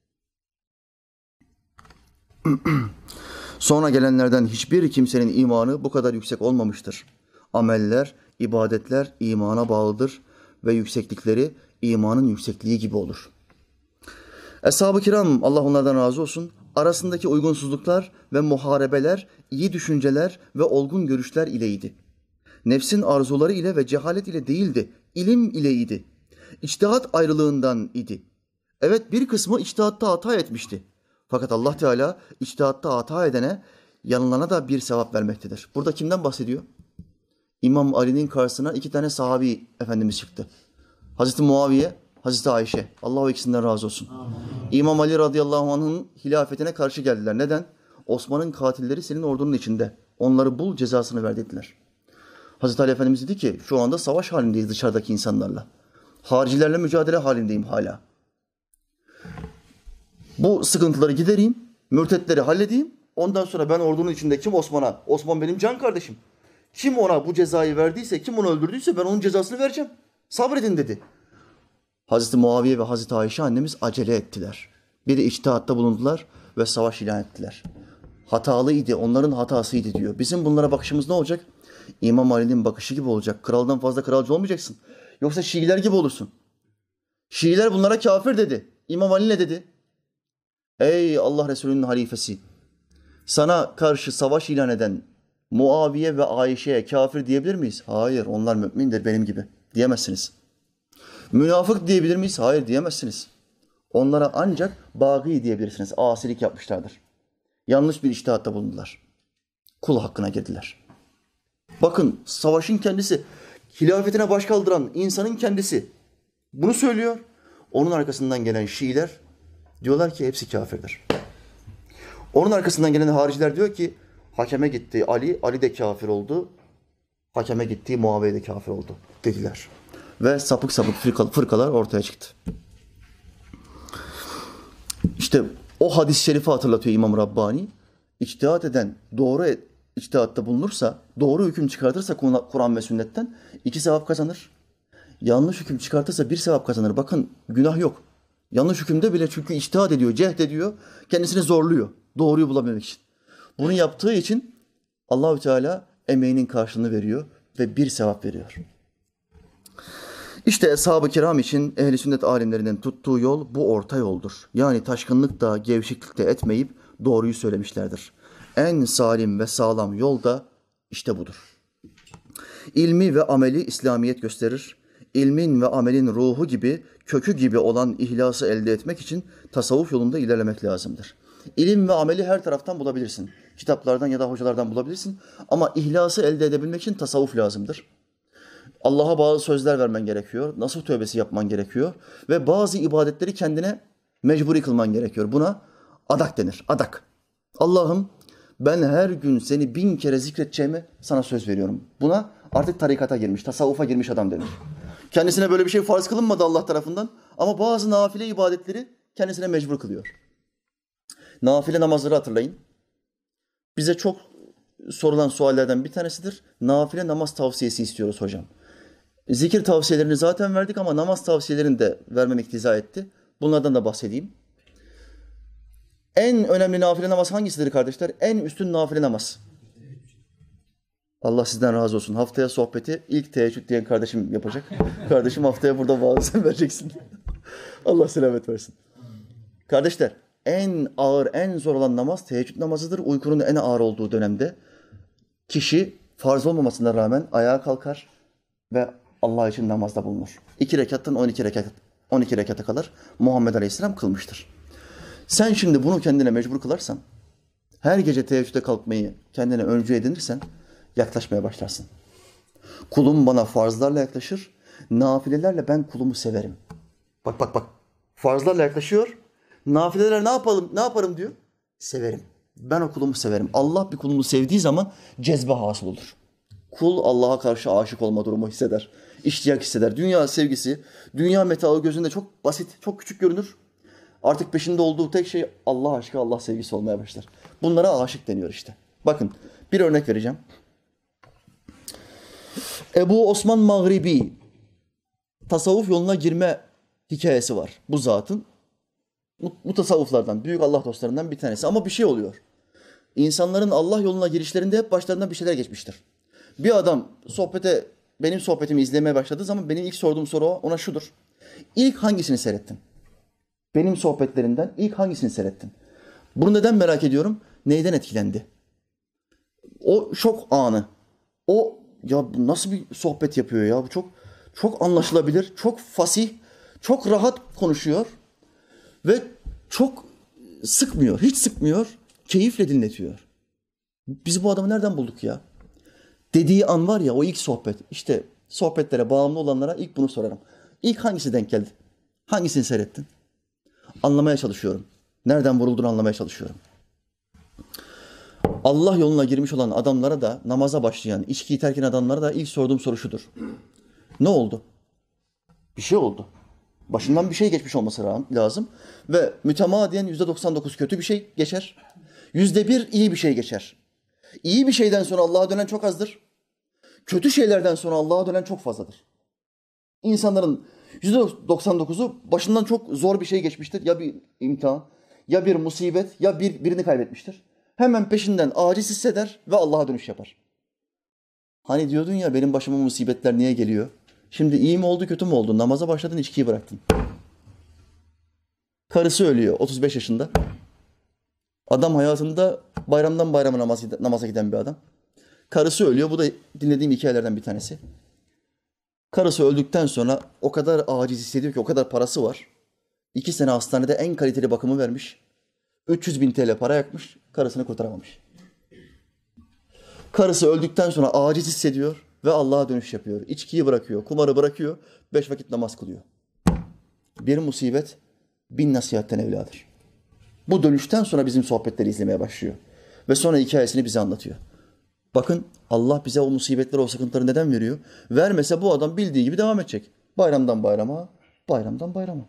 Sonra gelenlerden hiçbir kimsenin imanı bu kadar yüksek olmamıştır. Ameller, ibadetler imana bağlıdır ve yükseklikleri imanın yüksekliği gibi olur. Eshab-ı Kiram, Allah onlardan razı olsun, arasındaki uygunsuzluklar ve muharebeler, iyi düşünceler ve olgun görüşler ileydi. Nefsin arzuları ile ve cehalet ile değildi, ilim ileydi. İçtihat ayrılığından idi. Evet, bir kısmı içtihatta hata etmişti. Fakat Allah Teala içtihatta hata edene, yanılana da bir sevap vermektedir. Burada kimden bahsediyor? İmam Ali'nin karşısına iki tane sahabi Efendimiz çıktı. Hazreti Muaviye, Hazreti Ayşe. Allah o ikisinden razı olsun. Amin. İmam Ali radıyallahu anh'ın hilafetine karşı geldiler. Neden? Osman'ın katilleri senin ordunun içinde. Onları bul, cezasını ver dediler. Hazreti Ali Efendimiz dedi ki, şu anda savaş halindeyiz dışarıdaki insanlarla. Haricilerle mücadele halindeyim hala. Bu sıkıntıları gidereyim, mürtetleri halledeyim. Ondan sonra ben ordunun içinde kim Osman'a? Osman benim can kardeşim. Kim ona bu cezayı verdiyse, kim onu öldürdüyse ben onun cezasını vereceğim. Sabredin dedi. Hazreti Muaviye ve Hazreti Ayşe annemiz acele ettiler. Biri içtihatta bulundular ve savaş ilan ettiler. Hatalıydı, onların hatasıydı diyor. Bizim bunlara bakışımız ne olacak? İmam Ali'nin bakışı gibi olacak. Kraldan fazla kralcı olmayacaksın. Yoksa Şiiler gibi olursun. Şiiler bunlara kafir dedi. İmam Ali ne dedi? Ey Allah Resulü'nün halifesi! Sana karşı savaş ilan eden Muaviye ve Ayşe'ye kafir diyebilir miyiz? Hayır, onlar mümindir benim gibi. Diyemezsiniz. Münafık diyebilir miyiz? Hayır, diyemezsiniz. Onlara ancak bâgî diyebilirsiniz. Asilik yapmışlardır. Yanlış bir içtihatta bulundular. Kul hakkına girdiler. Bakın, savaşın kendisi, hilafetine baş kaldıran insanın kendisi bunu söylüyor. Onun arkasından gelen Şiiler diyorlar ki hepsi kafirdir. Onun arkasından gelen hariciler diyor ki hakeme gitti Ali, Ali de kafir oldu. Hakeme gitti Muaviye de kafir oldu dediler. Ve sapık sapık fırkalar ortaya çıktı. İşte o hadis-i şerifi hatırlatıyor İmam Rabbani. İçtihat eden doğru içtihatta bulunursa, doğru hüküm çıkartırsa Kur'an ve sünnetten 2 sevap kazanır. Yanlış hüküm çıkartırsa 1 sevap kazanır. Bakın günah yok. Yanlış hükümde bile çünkü içtihat ediyor, cehd ediyor, kendisini zorluyor doğruyu bulabilmek için. Bunu yaptığı için Allahü Teala emeğinin karşılığını veriyor ve 1 sevap veriyor. İşte Eshab-ı Kiram için ehl-i sünnet alimlerinin tuttuğu yol bu orta yoldur. Yani taşkınlık da gevşeklik de etmeyip doğruyu söylemişlerdir. En salim ve sağlam yol da işte budur. İlmi ve ameli İslamiyet gösterir. İlmin ve amelin ruhu gibi, kökü gibi olan ihlası elde etmek için tasavvuf yolunda ilerlemek lazımdır. İlim ve ameli her taraftan bulabilirsin. Kitaplardan ya da hocalardan bulabilirsin. Ama ihlası elde edebilmek için tasavvuf lazımdır. Allah'a bazı sözler vermen gerekiyor. Nasuh tövbesi yapman gerekiyor. Ve bazı ibadetleri kendine mecburi kılman gerekiyor. Buna adak denir. Adak. Allah'ım ben her gün seni 1000 kere zikredeceğime sana söz veriyorum. Buna artık tarikata girmiş, tasavvufa girmiş adam denir. Kendisine böyle bir şey farz kılınmadı Allah tarafından. Ama bazı nafile ibadetleri kendisine mecbur kılıyor. Nafile namazları hatırlayın. Bize çok sorulan suallerden bir tanesidir. Nafile namaz tavsiyesi istiyoruz hocam. Zikir tavsiyelerini zaten verdik ama namaz tavsiyelerini de vermem iktiza etti. Bunlardan da bahsedeyim. En önemli nafile namaz hangisidir kardeşler? En üstün nafile namaz. Allah sizden razı olsun. Haftaya sohbeti ilk teheccüd diyen kardeşim yapacak. Kardeşim haftaya burada vaazını vereceksin. Allah selamet versin. Kardeşler, en ağır, en zor olan namaz teheccüd namazıdır. Uykunun en ağır olduğu dönemde kişi farz olmamasına rağmen ayağa kalkar ve Allah için namazda bulunur. 2 rekattan 12 rekata kadar Muhammed Aleyhisselam kılmıştır. Sen şimdi bunu kendine mecbur kılarsan, her gece teheccüde kalkmayı kendine öncü edinirsen yaklaşmaya başlarsın. Kulum bana farzlarla yaklaşır, nafilelerle ben kulumu severim. Bak. Farzlarla yaklaşıyor, nafileler ne yaparım diyor. Severim. Ben o kulumu severim. Allah bir kulunu sevdiği zaman cezbe hasıl olur. Kul Allah'a karşı aşık olma durumu hisseder. İştiyak hisseder. Dünya sevgisi, dünya metaı gözünde çok basit, çok küçük görünür. Artık peşinde olduğu tek şey Allah aşkı, Allah sevgisi olmaya başlar. Bunlara aşık deniyor işte. Bakın bir örnek vereceğim. Ebu Osman Mağribi tasavvuf yoluna girme hikayesi var bu zatın. Mutasavvıflardan, büyük Allah dostlarından bir tanesi. Ama bir şey oluyor. İnsanların Allah yoluna girişlerinde hep başlarından bir şeyler geçmiştir. Bir adam benim sohbetimi izlemeye başladığı zaman benim ilk sorduğum soru ona şudur. İlk hangisini seyrettin? Benim sohbetlerimden ilk hangisini seyrettin? Bunu neden merak ediyorum? Neyden etkilendi? O şok anı. O ya nasıl bir sohbet yapıyor ya? Bu çok anlaşılabilir, çok fasih, çok rahat konuşuyor ve çok sıkmıyor, hiç sıkmıyor, keyifle dinletiyor. Biz bu adamı nereden bulduk ya? Dediği an var ya o ilk sohbet. İşte sohbetlere bağımlı olanlara ilk bunu sorarım. İlk hangisi denk geldi? Hangisini seyrettin? Anlamaya çalışıyorum. Nereden vurulduğunu anlamaya çalışıyorum. Allah yoluna girmiş olan adamlara da, namaza başlayan, içkiyi terk eden adamlara da ilk sorduğum soru şudur. Ne oldu? Bir şey oldu. Başından bir şey geçmiş olması lazım. Ve mütemadiyen %99 kötü bir şey geçer. %1 iyi bir şey geçer. İyi bir şeyden sonra Allah'a dönen çok azdır. Kötü şeylerden sonra Allah'a dönen çok fazladır. İnsanların %99'u başından çok zor bir şey geçmiştir. Ya bir imtihan, ya bir musibet, ya birini kaybetmiştir. Hemen peşinden aciz hisseder ve Allah'a dönüş yapar. Hani diyordun ya benim başıma musibetler niye geliyor? Şimdi iyi mi oldu kötü mü oldu? Namaza başladın içkiyi bıraktın. Karısı ölüyor 35 yaşında. Adam hayatında bayramdan bayrama namaza giden bir adam. Karısı ölüyor. Bu da dinlediğim hikayelerden bir tanesi. Karısı öldükten sonra o kadar aciz hissediyor ki o kadar parası var. 2 sene hastanede en kaliteli bakımı vermiş. 300.000 TL para yakmış. Karısını kurtaramamış. Karısı öldükten sonra aciz hissediyor ve Allah'a dönüş yapıyor. İçkiyi bırakıyor, kumarı bırakıyor. 5 vakit namaz kılıyor. Bir musibet 1000 nasihatten evladır. Bu dönüşten sonra bizim sohbetleri izlemeye başlıyor. Ve sonra hikayesini bize anlatıyor. Bakın Allah bize o musibetleri, o sıkıntıları neden veriyor? Vermese bu adam bildiği gibi devam edecek. Bayramdan bayrama, bayramdan bayrama.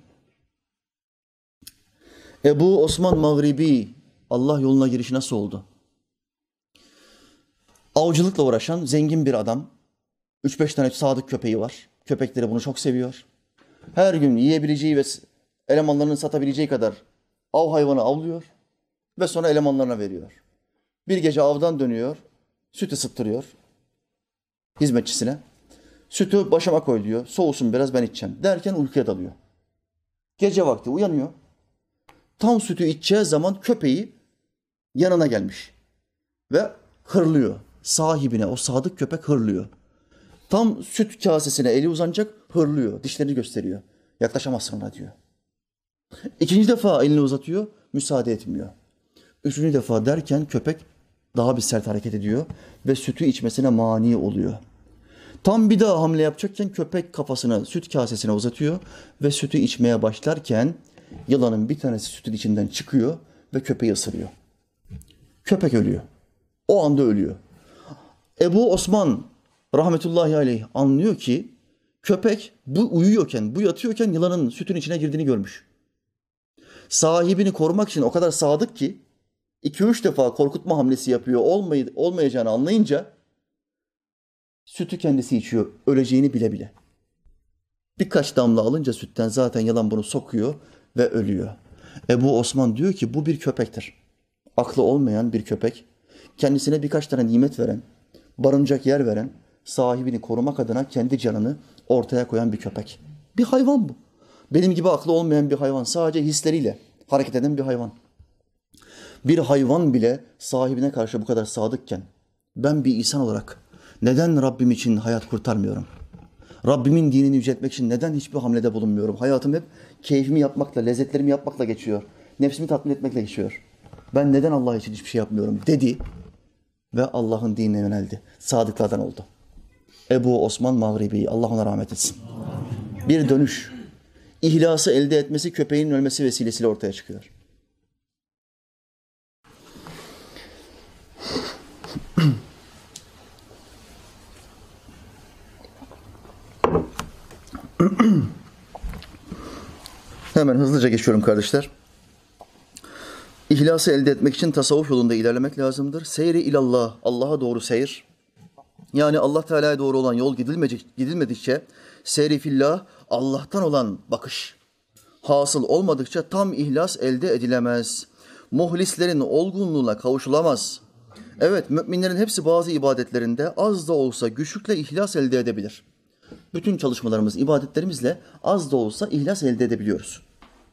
Ebu Osman Mağribi, Allah yoluna girişi nasıl oldu? Avcılıkla uğraşan zengin bir adam. 3-5 tane sadık köpeği var. Köpekleri bunu çok seviyor. Her gün yiyebileceği ve elemanlarının satabileceği kadar av hayvanı avlıyor ve sonra elemanlarına veriyor. Bir gece avdan dönüyor, süt ısıttırıyor hizmetçisine. Sütü başıma koy diyor, soğusun biraz ben içeceğim derken uykuya dalıyor. Gece vakti uyanıyor. Tam sütü içeceği zaman köpeği yanına gelmiş ve hırlıyor. Sahibine, o sadık köpek hırlıyor. Tam süt kasesine eli uzanacak, hırlıyor, dişlerini gösteriyor. Yaklaşamazsın ona diyor. İkinci defa elini uzatıyor, müsaade etmiyor. Üçüncü defa derken köpek daha bir sert hareket ediyor ve sütü içmesine mani oluyor. Tam bir daha hamle yapacakken köpek kafasını süt kasesine uzatıyor ve sütü içmeye başlarken yılanın bir tanesi sütün içinden çıkıyor ve köpeği ısırıyor. Köpek ölüyor. O anda ölüyor. Ebu Osman rahmetullahi aleyh anlıyor ki köpek bu uyuyorken, bu yatıyorken yılanın sütün içine girdiğini görmüş. Sahibini korumak için o kadar sadık ki 2-3 defa korkutma hamlesi yapıyor, olmayacağını anlayınca sütü kendisi içiyor, öleceğini bile bile. Birkaç damla alınca sütten zaten yılan bunu sokuyor ve ölüyor. Ebu Osman diyor ki bu bir köpektir. Aklı olmayan bir köpek, kendisine birkaç tane nimet veren, barınacak yer veren, sahibini korumak adına kendi canını ortaya koyan bir köpek. Bir hayvan bu. Benim gibi aklı olmayan bir hayvan, sadece hisleriyle hareket eden bir hayvan. Bir hayvan bile sahibine karşı bu kadar sadıkken ben bir insan olarak neden Rabbim için hayat kurtarmıyorum? Rabbimin dinini yüceltmek için neden hiçbir hamlede bulunmuyorum? Hayatım hep keyfimi yapmakla, lezzetlerimi yapmakla geçiyor. Nefsimi tatmin etmekle geçiyor. Ben neden Allah için hiçbir şey yapmıyorum dedi ve Allah'ın dinine yöneldi. Sadıklardan oldu. Ebu Osman Mağribi, Allah ona rahmet etsin. Bir dönüş. İhlası elde etmesi köpeğin ölmesi vesilesiyle ortaya çıkıyor. Hemen hızlıca geçiyorum kardeşler. İhlası elde etmek için tasavvuf yolunda ilerlemek lazımdır. Seyri ilallah, Allah'a doğru seyir. Yani Allah Teala'ya doğru olan yol gidilmedikçe seyri fillah, Allah'tan olan bakış hasıl olmadıkça tam ihlas elde edilemez. Muhlislerin olgunluğuna kavuşulamaz. Evet, müminlerin hepsi bazı ibadetlerinde az da olsa güçlükle ihlas elde edebilir. Bütün çalışmalarımız, ibadetlerimizle az da olsa ihlas elde edebiliyoruz.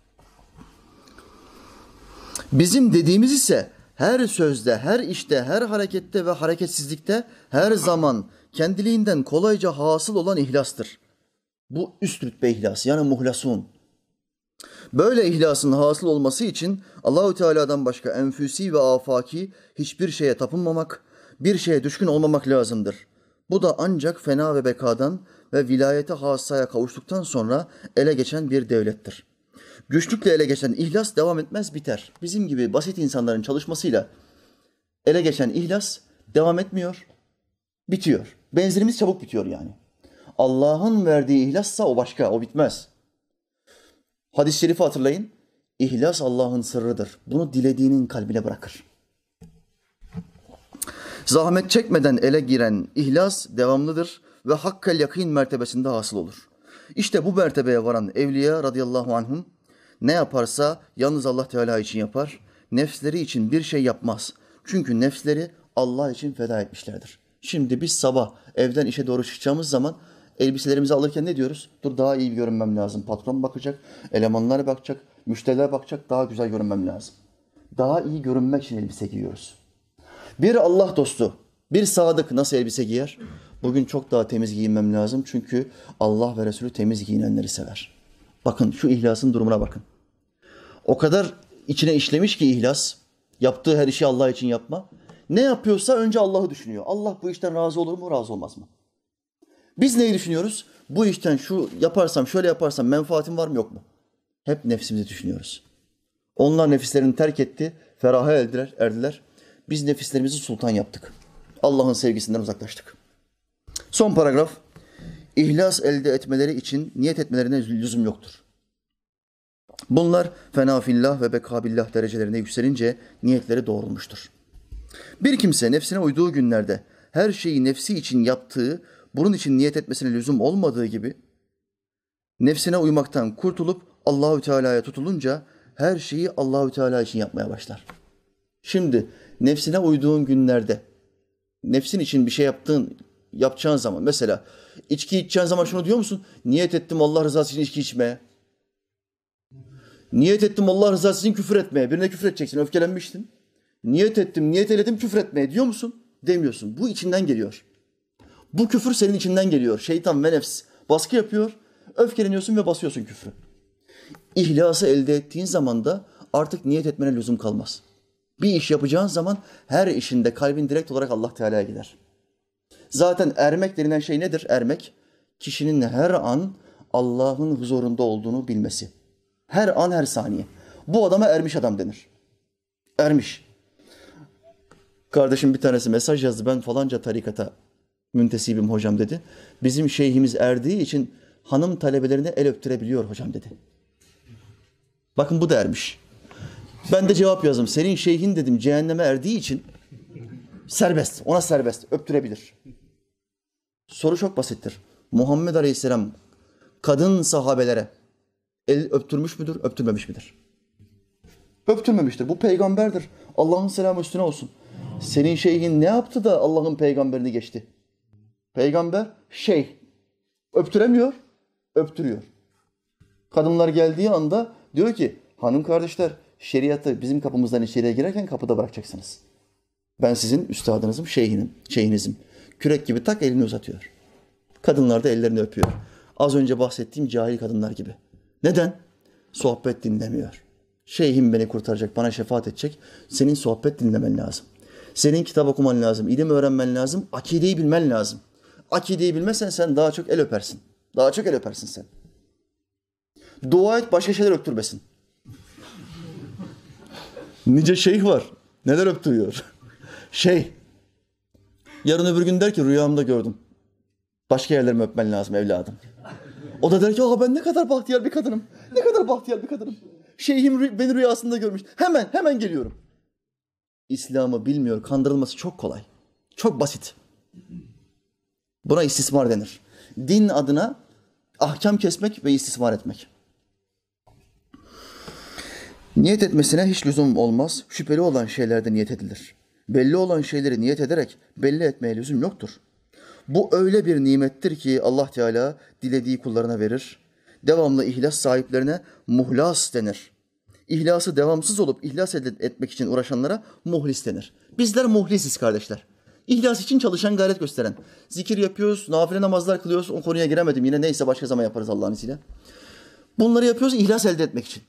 Bizim dediğimiz ise her sözde, her işte, her harekette ve hareketsizlikte her zaman kendiliğinden kolayca hasıl olan ihlastır. Bu üst rütbe ihlas, yani muhlasun. Böyle ihlasın hasıl olması için Allahu Teala'dan başka enfüsi ve afaki hiçbir şeye tapınmamak, bir şeye düşkün olmamak lazımdır. Bu da ancak fena ve bekadan ve vilayete hassaya kavuştuktan sonra ele geçen bir devlettir. Güçlükle ele geçen ihlas devam etmez, biter. Bizim gibi basit insanların çalışmasıyla ele geçen ihlas devam etmiyor, bitiyor. Benzerimiz çabuk bitiyor yani. Allah'ın verdiği ihlassa o başka, o bitmez. Hadis-i şerifi hatırlayın. İhlas Allah'ın sırrıdır. Bunu dilediğinin kalbine bırakır. Zahmet çekmeden ele giren ihlas devamlıdır ve hakkel yakîn mertebesinde hasıl olur. İşte bu mertebeye varan evliya radıyallahu anhum ne yaparsa yalnız Allah Teala için yapar. Nefsleri için bir şey yapmaz. Çünkü nefsleri Allah için feda etmişlerdir. Şimdi biz sabah evden işe doğru çıkacağımız zaman elbiselerimizi alırken ne diyoruz? Dur, daha iyi görünmem lazım. Patron bakacak, elemanlar bakacak, müşteriler bakacak, daha güzel görünmem lazım. Daha iyi görünmek için elbise giyiyoruz. Bir Allah dostu, bir sadık nasıl elbise giyer? Bugün çok daha temiz giyinmem lazım çünkü Allah ve Resulü temiz giyinenleri sever. Bakın şu ihlasın durumuna bakın. O kadar içine işlemiş ki ihlas, yaptığı her işi Allah için yapma. Ne yapıyorsa önce Allah'ı düşünüyor. Allah bu işten razı olur mu, razı olmaz mı? Biz neyi düşünüyoruz? Bu işten şu yaparsam, şöyle yaparsam menfaatim var mı, yok mu? Hep nefsimizi düşünüyoruz. Onlar nefislerini terk etti, feraha erdiler. Biz nefislerimizi sultan yaptık. Allah'ın sevgisinden uzaklaştık. Son paragraf. İhlas elde etmeleri için niyet etmelerine lüzum yoktur. Bunlar fena fillah ve bekabillah derecelerine yükselince niyetleri doğrulmuştur. Bir kimse nefsine uyduğu günlerde her şeyi nefsi için yaptığı, bunun için niyet etmesine lüzum olmadığı gibi, nefsine uymaktan kurtulup Allahü Teala'ya tutulunca her şeyi Allahü Teala için yapmaya başlar. Şimdi nefsine uyduğun günlerde, nefsin için bir şey yapacağın zaman, mesela içki içeceğin zaman şunu diyor musun? Niyet ettim Allah rızası için içki içmeye. Niyet ettim Allah rızası için küfür etmeye. Birine küfür edeceksin, öfkelenmiştin. Niyet ettim, niyet eyledim küfür etmeye diyor musun? Demiyorsun. Bu içinden geliyor. Bu küfür senin içinden geliyor. Şeytan ve nefs baskı yapıyor. Öfkeleniyorsun ve basıyorsun küfrü. İhlası elde ettiğin zaman da artık niyet etmene lüzum kalmaz. Bir iş yapacağın zaman her işinde kalbin direkt olarak Allah Teala'ya gider. Zaten ermek denilen şey nedir? Ermek, kişinin her an Allah'ın huzurunda olduğunu bilmesi. Her an, her saniye. Bu adama ermiş adam denir. Ermiş. Kardeşim bir tanesi mesaj yazdı. Ben falanca tarikata müntesibim hocam dedi. Bizim şeyhimiz erdiği için hanım talebelerine el öptürebiliyor hocam dedi. Bakın bu da ermiş. Ben de cevap yazdım. Senin şeyhin dedim cehenneme erdiği için serbest. Ona serbest. Öptürebilir. Soru çok basittir. Muhammed Aleyhisselam kadın sahabelere el öptürmüş müdür, öptürmemiş midir? Öptürmemiştir. Bu peygamberdir. Allah'ın selamı üstüne olsun. Senin şeyhin ne yaptı da Allah'ın peygamberini geçti? Peygamber şeyh. Öptüremiyor, öptürüyor. Kadınlar geldiği anda diyor ki, hanım kardeşler şeriatı bizim kapımızdan içeriye girerken kapıda bırakacaksınız. Ben sizin üstadınızım, şeyhinizim. Kürek gibi tak elini uzatıyor. Kadınlar da ellerini öpüyor. Az önce bahsettiğim cahil kadınlar gibi. Neden? Sohbet dinlemiyor. Şeyhim beni kurtaracak, bana şefaat edecek. Senin sohbet dinlemen lazım. Senin kitap okuman lazım, ilim öğrenmen lazım, akideyi bilmen lazım. Akideyi bilmezsen sen daha çok el öpersin. Daha çok el öpersin sen. Dua et, başka şeyler öptürmesin. Nice şeyh var. Neler öptürüyor? Yarın öbür gün der ki rüyamda gördüm. Başka yerlerimi öpmen lazım evladım. O da der ki ben ne kadar bahtiyar bir kadınım. Ne kadar bahtiyar bir kadınım. Şeyhim beni rüyasında görmüş. Hemen geliyorum. İslam'ı bilmiyor. Kandırılması çok kolay. Çok basit. Buna istismar denir. Din adına ahkam kesmek ve istismar etmek. Niyet etmesine hiç lüzum olmaz. Şüpheli olan şeylerde niyet edilir. Belli olan şeyleri niyet ederek belli etmeye lüzum yoktur. Bu öyle bir nimettir ki Allah Teala dilediği kullarına verir. Devamlı ihlas sahiplerine muhlas denir. İhlası devamsız olup ihlas etmek için uğraşanlara muhlis denir. Bizler muhlisiz kardeşler. İhlas için çalışan, gayret gösteren. Zikir yapıyoruz, nafile namazlar kılıyoruz. O konuya giremedim yine. Neyse başka zaman yaparız Allah'ın izniyle. Bunları yapıyoruz ihlas elde etmek için.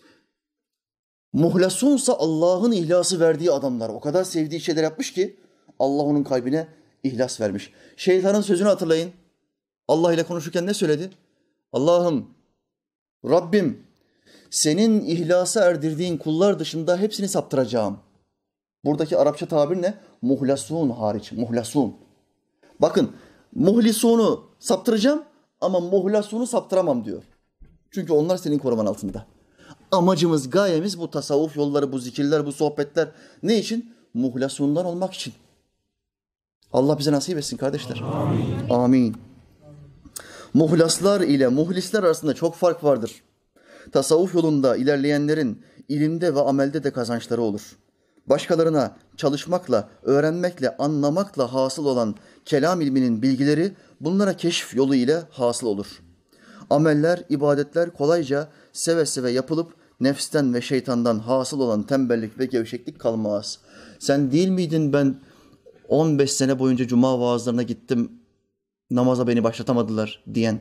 Muhlasunsa Allah'ın ihlası verdiği adamlar. O kadar sevdiği şeyler yapmış ki Allah onun kalbine ihlas vermiş. Şeytanın sözünü hatırlayın. Allah ile konuşurken ne söyledi? Allah'ım, Rabbim, senin ihlasa erdirdiğin kullar dışında hepsini saptıracağım. Buradaki Arapça tabir ne? Muhlasun hariç, muhlasun. Bakın, muhlisunu saptıracağım ama muhlasunu saptıramam diyor. Çünkü onlar senin koruman altında. Amacımız, gayemiz bu tasavvuf yolları, bu zikirler, bu sohbetler. Ne için? Muhlasundan olmak için. Allah bize nasip etsin kardeşler. Amin. Amin. Muhlaslar ile muhlisler arasında çok fark vardır. Tasavvuf yolunda ilerleyenlerin ilimde ve amelde de kazançları olur. Başkalarına çalışmakla, öğrenmekle, anlamakla hasıl olan kelam ilminin bilgileri bunlara keşif yolu ile hasıl olur. Ameller, ibadetler kolayca seve seve yapılıp nefsten ve şeytandan hasıl olan tembellik ve gevşeklik kalmaz. Sen değil miydin ben 15 sene boyunca cuma vaazlarına gittim, namaza beni başlatamadılar diyen?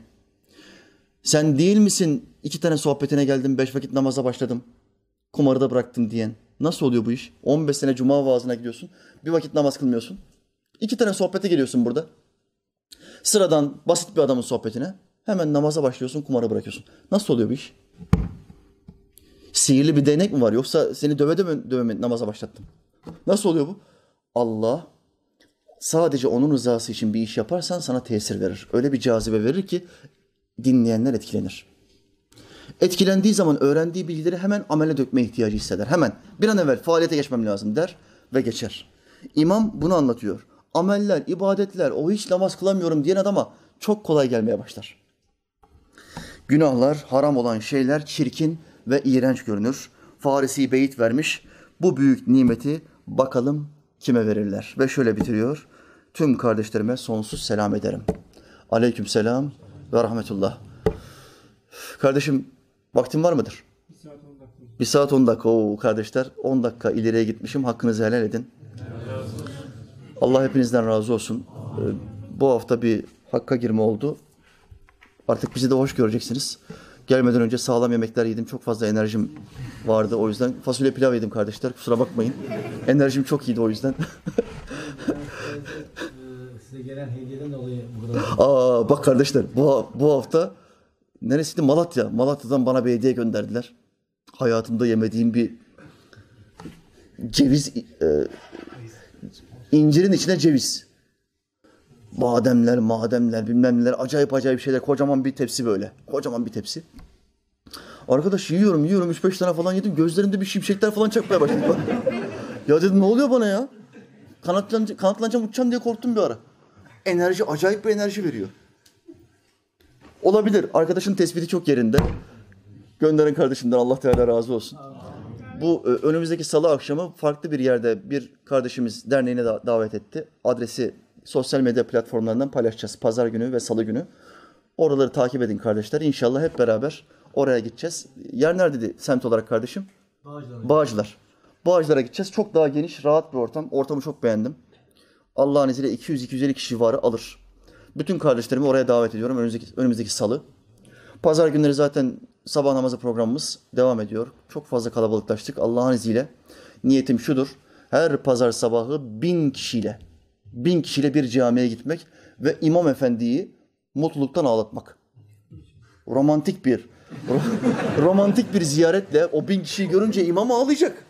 Sen değil misin 2 tane sohbetine geldim, 5 vakit namaza başladım, kumarı da bıraktım diyen? Nasıl oluyor bu iş? 15 sene cuma vaazına gidiyorsun, 1 vakit namaz kılmıyorsun. 2 tane sohbete geliyorsun burada. Sıradan basit bir adamın sohbetine. Hemen namaza başlıyorsun, kumarı bırakıyorsun. Nasıl oluyor bu iş? Sihirli bir değnek mi var? Yoksa seni döve namaza başlattım. Nasıl oluyor bu? Allah sadece onun rızası için bir iş yaparsan sana tesir verir. Öyle bir cazibe verir ki dinleyenler etkilenir. Etkilendiği zaman öğrendiği bilgileri hemen amele dökme ihtiyacı hisseder. Hemen bir an evvel faaliyete geçmem lazım der ve geçer. İmam bunu anlatıyor. Ameller, ibadetler, o hiç namaz kılamıyorum diyen adama çok kolay gelmeye başlar. Günahlar, haram olan şeyler çirkin ve iğrenç görünür. Farisi beyit vermiş. Bu büyük nimeti bakalım kime verirler. Ve şöyle bitiriyor. Tüm kardeşlerime sonsuz selam ederim. Aleykümselam ve rahmetullah. Kardeşim vaktin var mıdır? 1 saat 10 dakika. Oo kardeşler 10 dakika ileriye gitmişim. Hakkınızı helal edin. Allah hepinizden razı olsun. Bu hafta bir hakka girme oldu. Artık bizi de hoş göreceksiniz. Gelmeden önce sağlam yemekler yedim. Çok fazla enerjim vardı o yüzden. Fasulye pilav yedim kardeşler. Kusura bakmayın. Enerjim çok iyiydi o yüzden. Size gelen hediyeden dolayı burada. Bak kardeşler bu hafta neresiydi? Malatya. Malatya'dan bana bir hediye gönderdiler. Hayatımda yemediğim bir ceviz, incirin içine ceviz. Bademler, bilmem neler, acayip şeyler. Kocaman bir tepsi böyle. Kocaman bir tepsi. Arkadaş yiyorum. 3-5 tane falan yedim. Gözlerimde bir şimşekler falan çakmaya başladı. Ya dedim ne oluyor bana ya? Kanatlanacağım, uçacağım diye korktum bir ara. Acayip bir enerji veriyor. Olabilir. Arkadaşın tespiti çok yerinde. Gönderen kardeşimden Allah Teala razı olsun. Bu önümüzdeki salı akşamı farklı bir yerde bir kardeşimiz derneğine davet etti. Adresi sosyal medya platformlarından paylaşacağız. Pazar günü ve salı günü. Oraları takip edin kardeşler. İnşallah hep beraber oraya gideceğiz. Yer neredeydi semt olarak kardeşim? Bağcılar. Bağcılar'a gideceğiz. Çok daha geniş, rahat bir ortam. Ortamı çok beğendim. Allah'ın izniyle 200-250 kişi civarı alır. Bütün kardeşlerimi oraya davet ediyorum önümüzdeki salı. Pazar günleri zaten sabah namazı programımız devam ediyor. Çok fazla kalabalıklaştık Allah'ın izniyle. Niyetim şudur. Her pazar sabahı 1000 kişiyle bir camiye gitmek ve İmam Efendi'yi mutluluktan ağlatmak. Romantik bir ziyaretle o 1000 kişiyi görünce imam ağlayacak.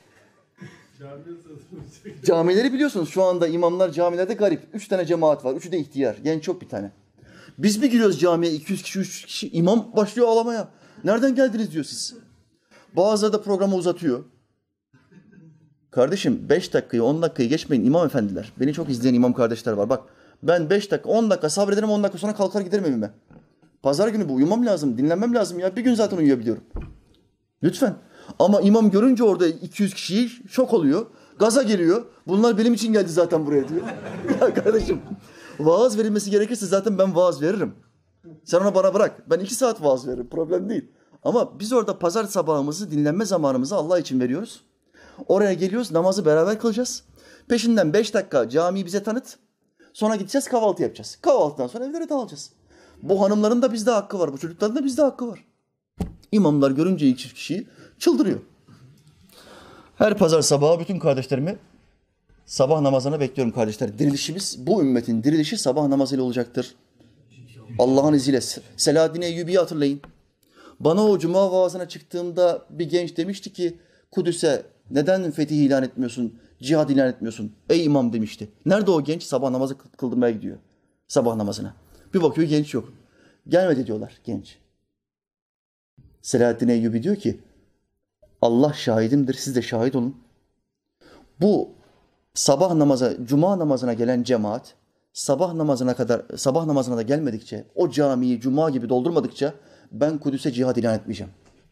Camileri biliyorsunuz şu anda imamlar camilerde garip. 3 tane cemaat var. 3'ü de ihtiyar. Genç yok bir tane. Biz bir giriyoruz camiye 200 kişi, 3 kişi. İmam başlıyor ağlamaya. Nereden geldiniz diyor siz. Bazıları da programı uzatıyor. Kardeşim 5 dakikayı 10 dakikayı geçmeyin imam efendiler. Beni çok izleyen imam kardeşler var. Bak ben 5 dakika 10 dakika sabrederim 10 dakika sonra kalkar giderim evime. Pazar günü bu uyumam lazım, dinlenmem lazım ya. Bir gün zaten uyuyabiliyorum. Lütfen. Ama imam görünce orada 200 kişiyi şok oluyor. Gaza geliyor. Bunlar benim için geldi zaten buraya diyor. Ya kardeşim vaaz verilmesi gerekirse zaten ben vaaz veririm. Sen onu bana bırak. Ben 2 saat vaaz veririm. Problem değil. Ama biz orada pazar sabahımızı, dinlenme zamanımızı Allah için veriyoruz. Oraya geliyoruz, namazı beraber kılacağız. Peşinden 5 dakika camiyi bize tanıt. Sonra gideceğiz, kahvaltı yapacağız. Kahvaltıdan sonra evlere dağılacağız. Bu hanımların da bizde hakkı var, bu çocukların da bizde hakkı var. İmamlar görünce 200 kişiyi çıldırıyor. Her pazar sabahı bütün kardeşlerimi sabah namazına bekliyorum kardeşler. Dirilişimiz, bu ümmetin dirilişi sabah namazıyla olacaktır. Allah'ın izniyle. Selahaddin Eyyubi'yi hatırlayın. Bana o cuma vaazına çıktığımda bir genç demişti ki Kudüs'e neden fetih ilan etmiyorsun, cihad ilan etmiyorsun? Ey imam demişti. Nerede o genç? Sabah namazı kıldırmaya gidiyor. Sabah namazına. Bir bakıyor genç yok. Gelmedi diyorlar genç. Selahaddin Eyyubi diyor ki Allah şahidimdir, siz de şahit olun. Bu cuma namazına gelen cemaat sabah namazına da gelmedikçe, o camiyi cuma gibi doldurmadıkça ben Kudüs'e cihad ilan etmeyeceğim.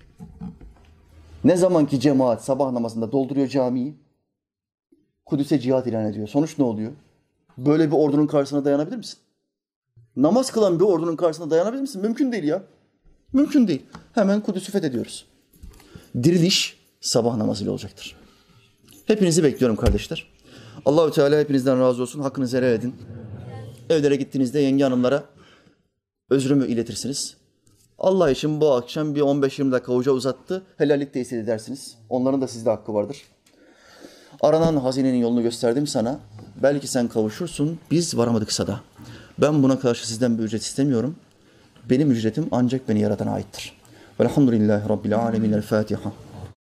Ne zaman ki cemaat sabah namazında dolduruyor camiyi, Kudüs'e cihad ilan ediyor. Sonuç ne oluyor? Böyle bir ordunun karşısına dayanabilir misin? Namaz kılan bir ordunun karşısına dayanabilir misin? Mümkün değil ya. Mümkün değil. Hemen Kudüs'ü fethediyoruz. Diriliş sabah namazıyla olacaktır. Hepinizi bekliyorum kardeşler. Allahü Teala hepinizden razı olsun. Hakkınızı helal edin. Evlere gittiğinizde yenge hanımlara özrümü iletirsiniz. Allah için bu akşam bir 15-20 dakika hoca uzattı. Helallik tesis edersiniz. Onların da sizde hakkı vardır. Aranan hazinenin yolunu gösterdim sana. Belki sen kavuşursun. Biz varamadıksa da. Ben buna karşı sizden bir ücret istemiyorum. Benim ücretim ancak beni yaratana aittir. Velhamdülillahi Rabbil alemin. El Fatiha.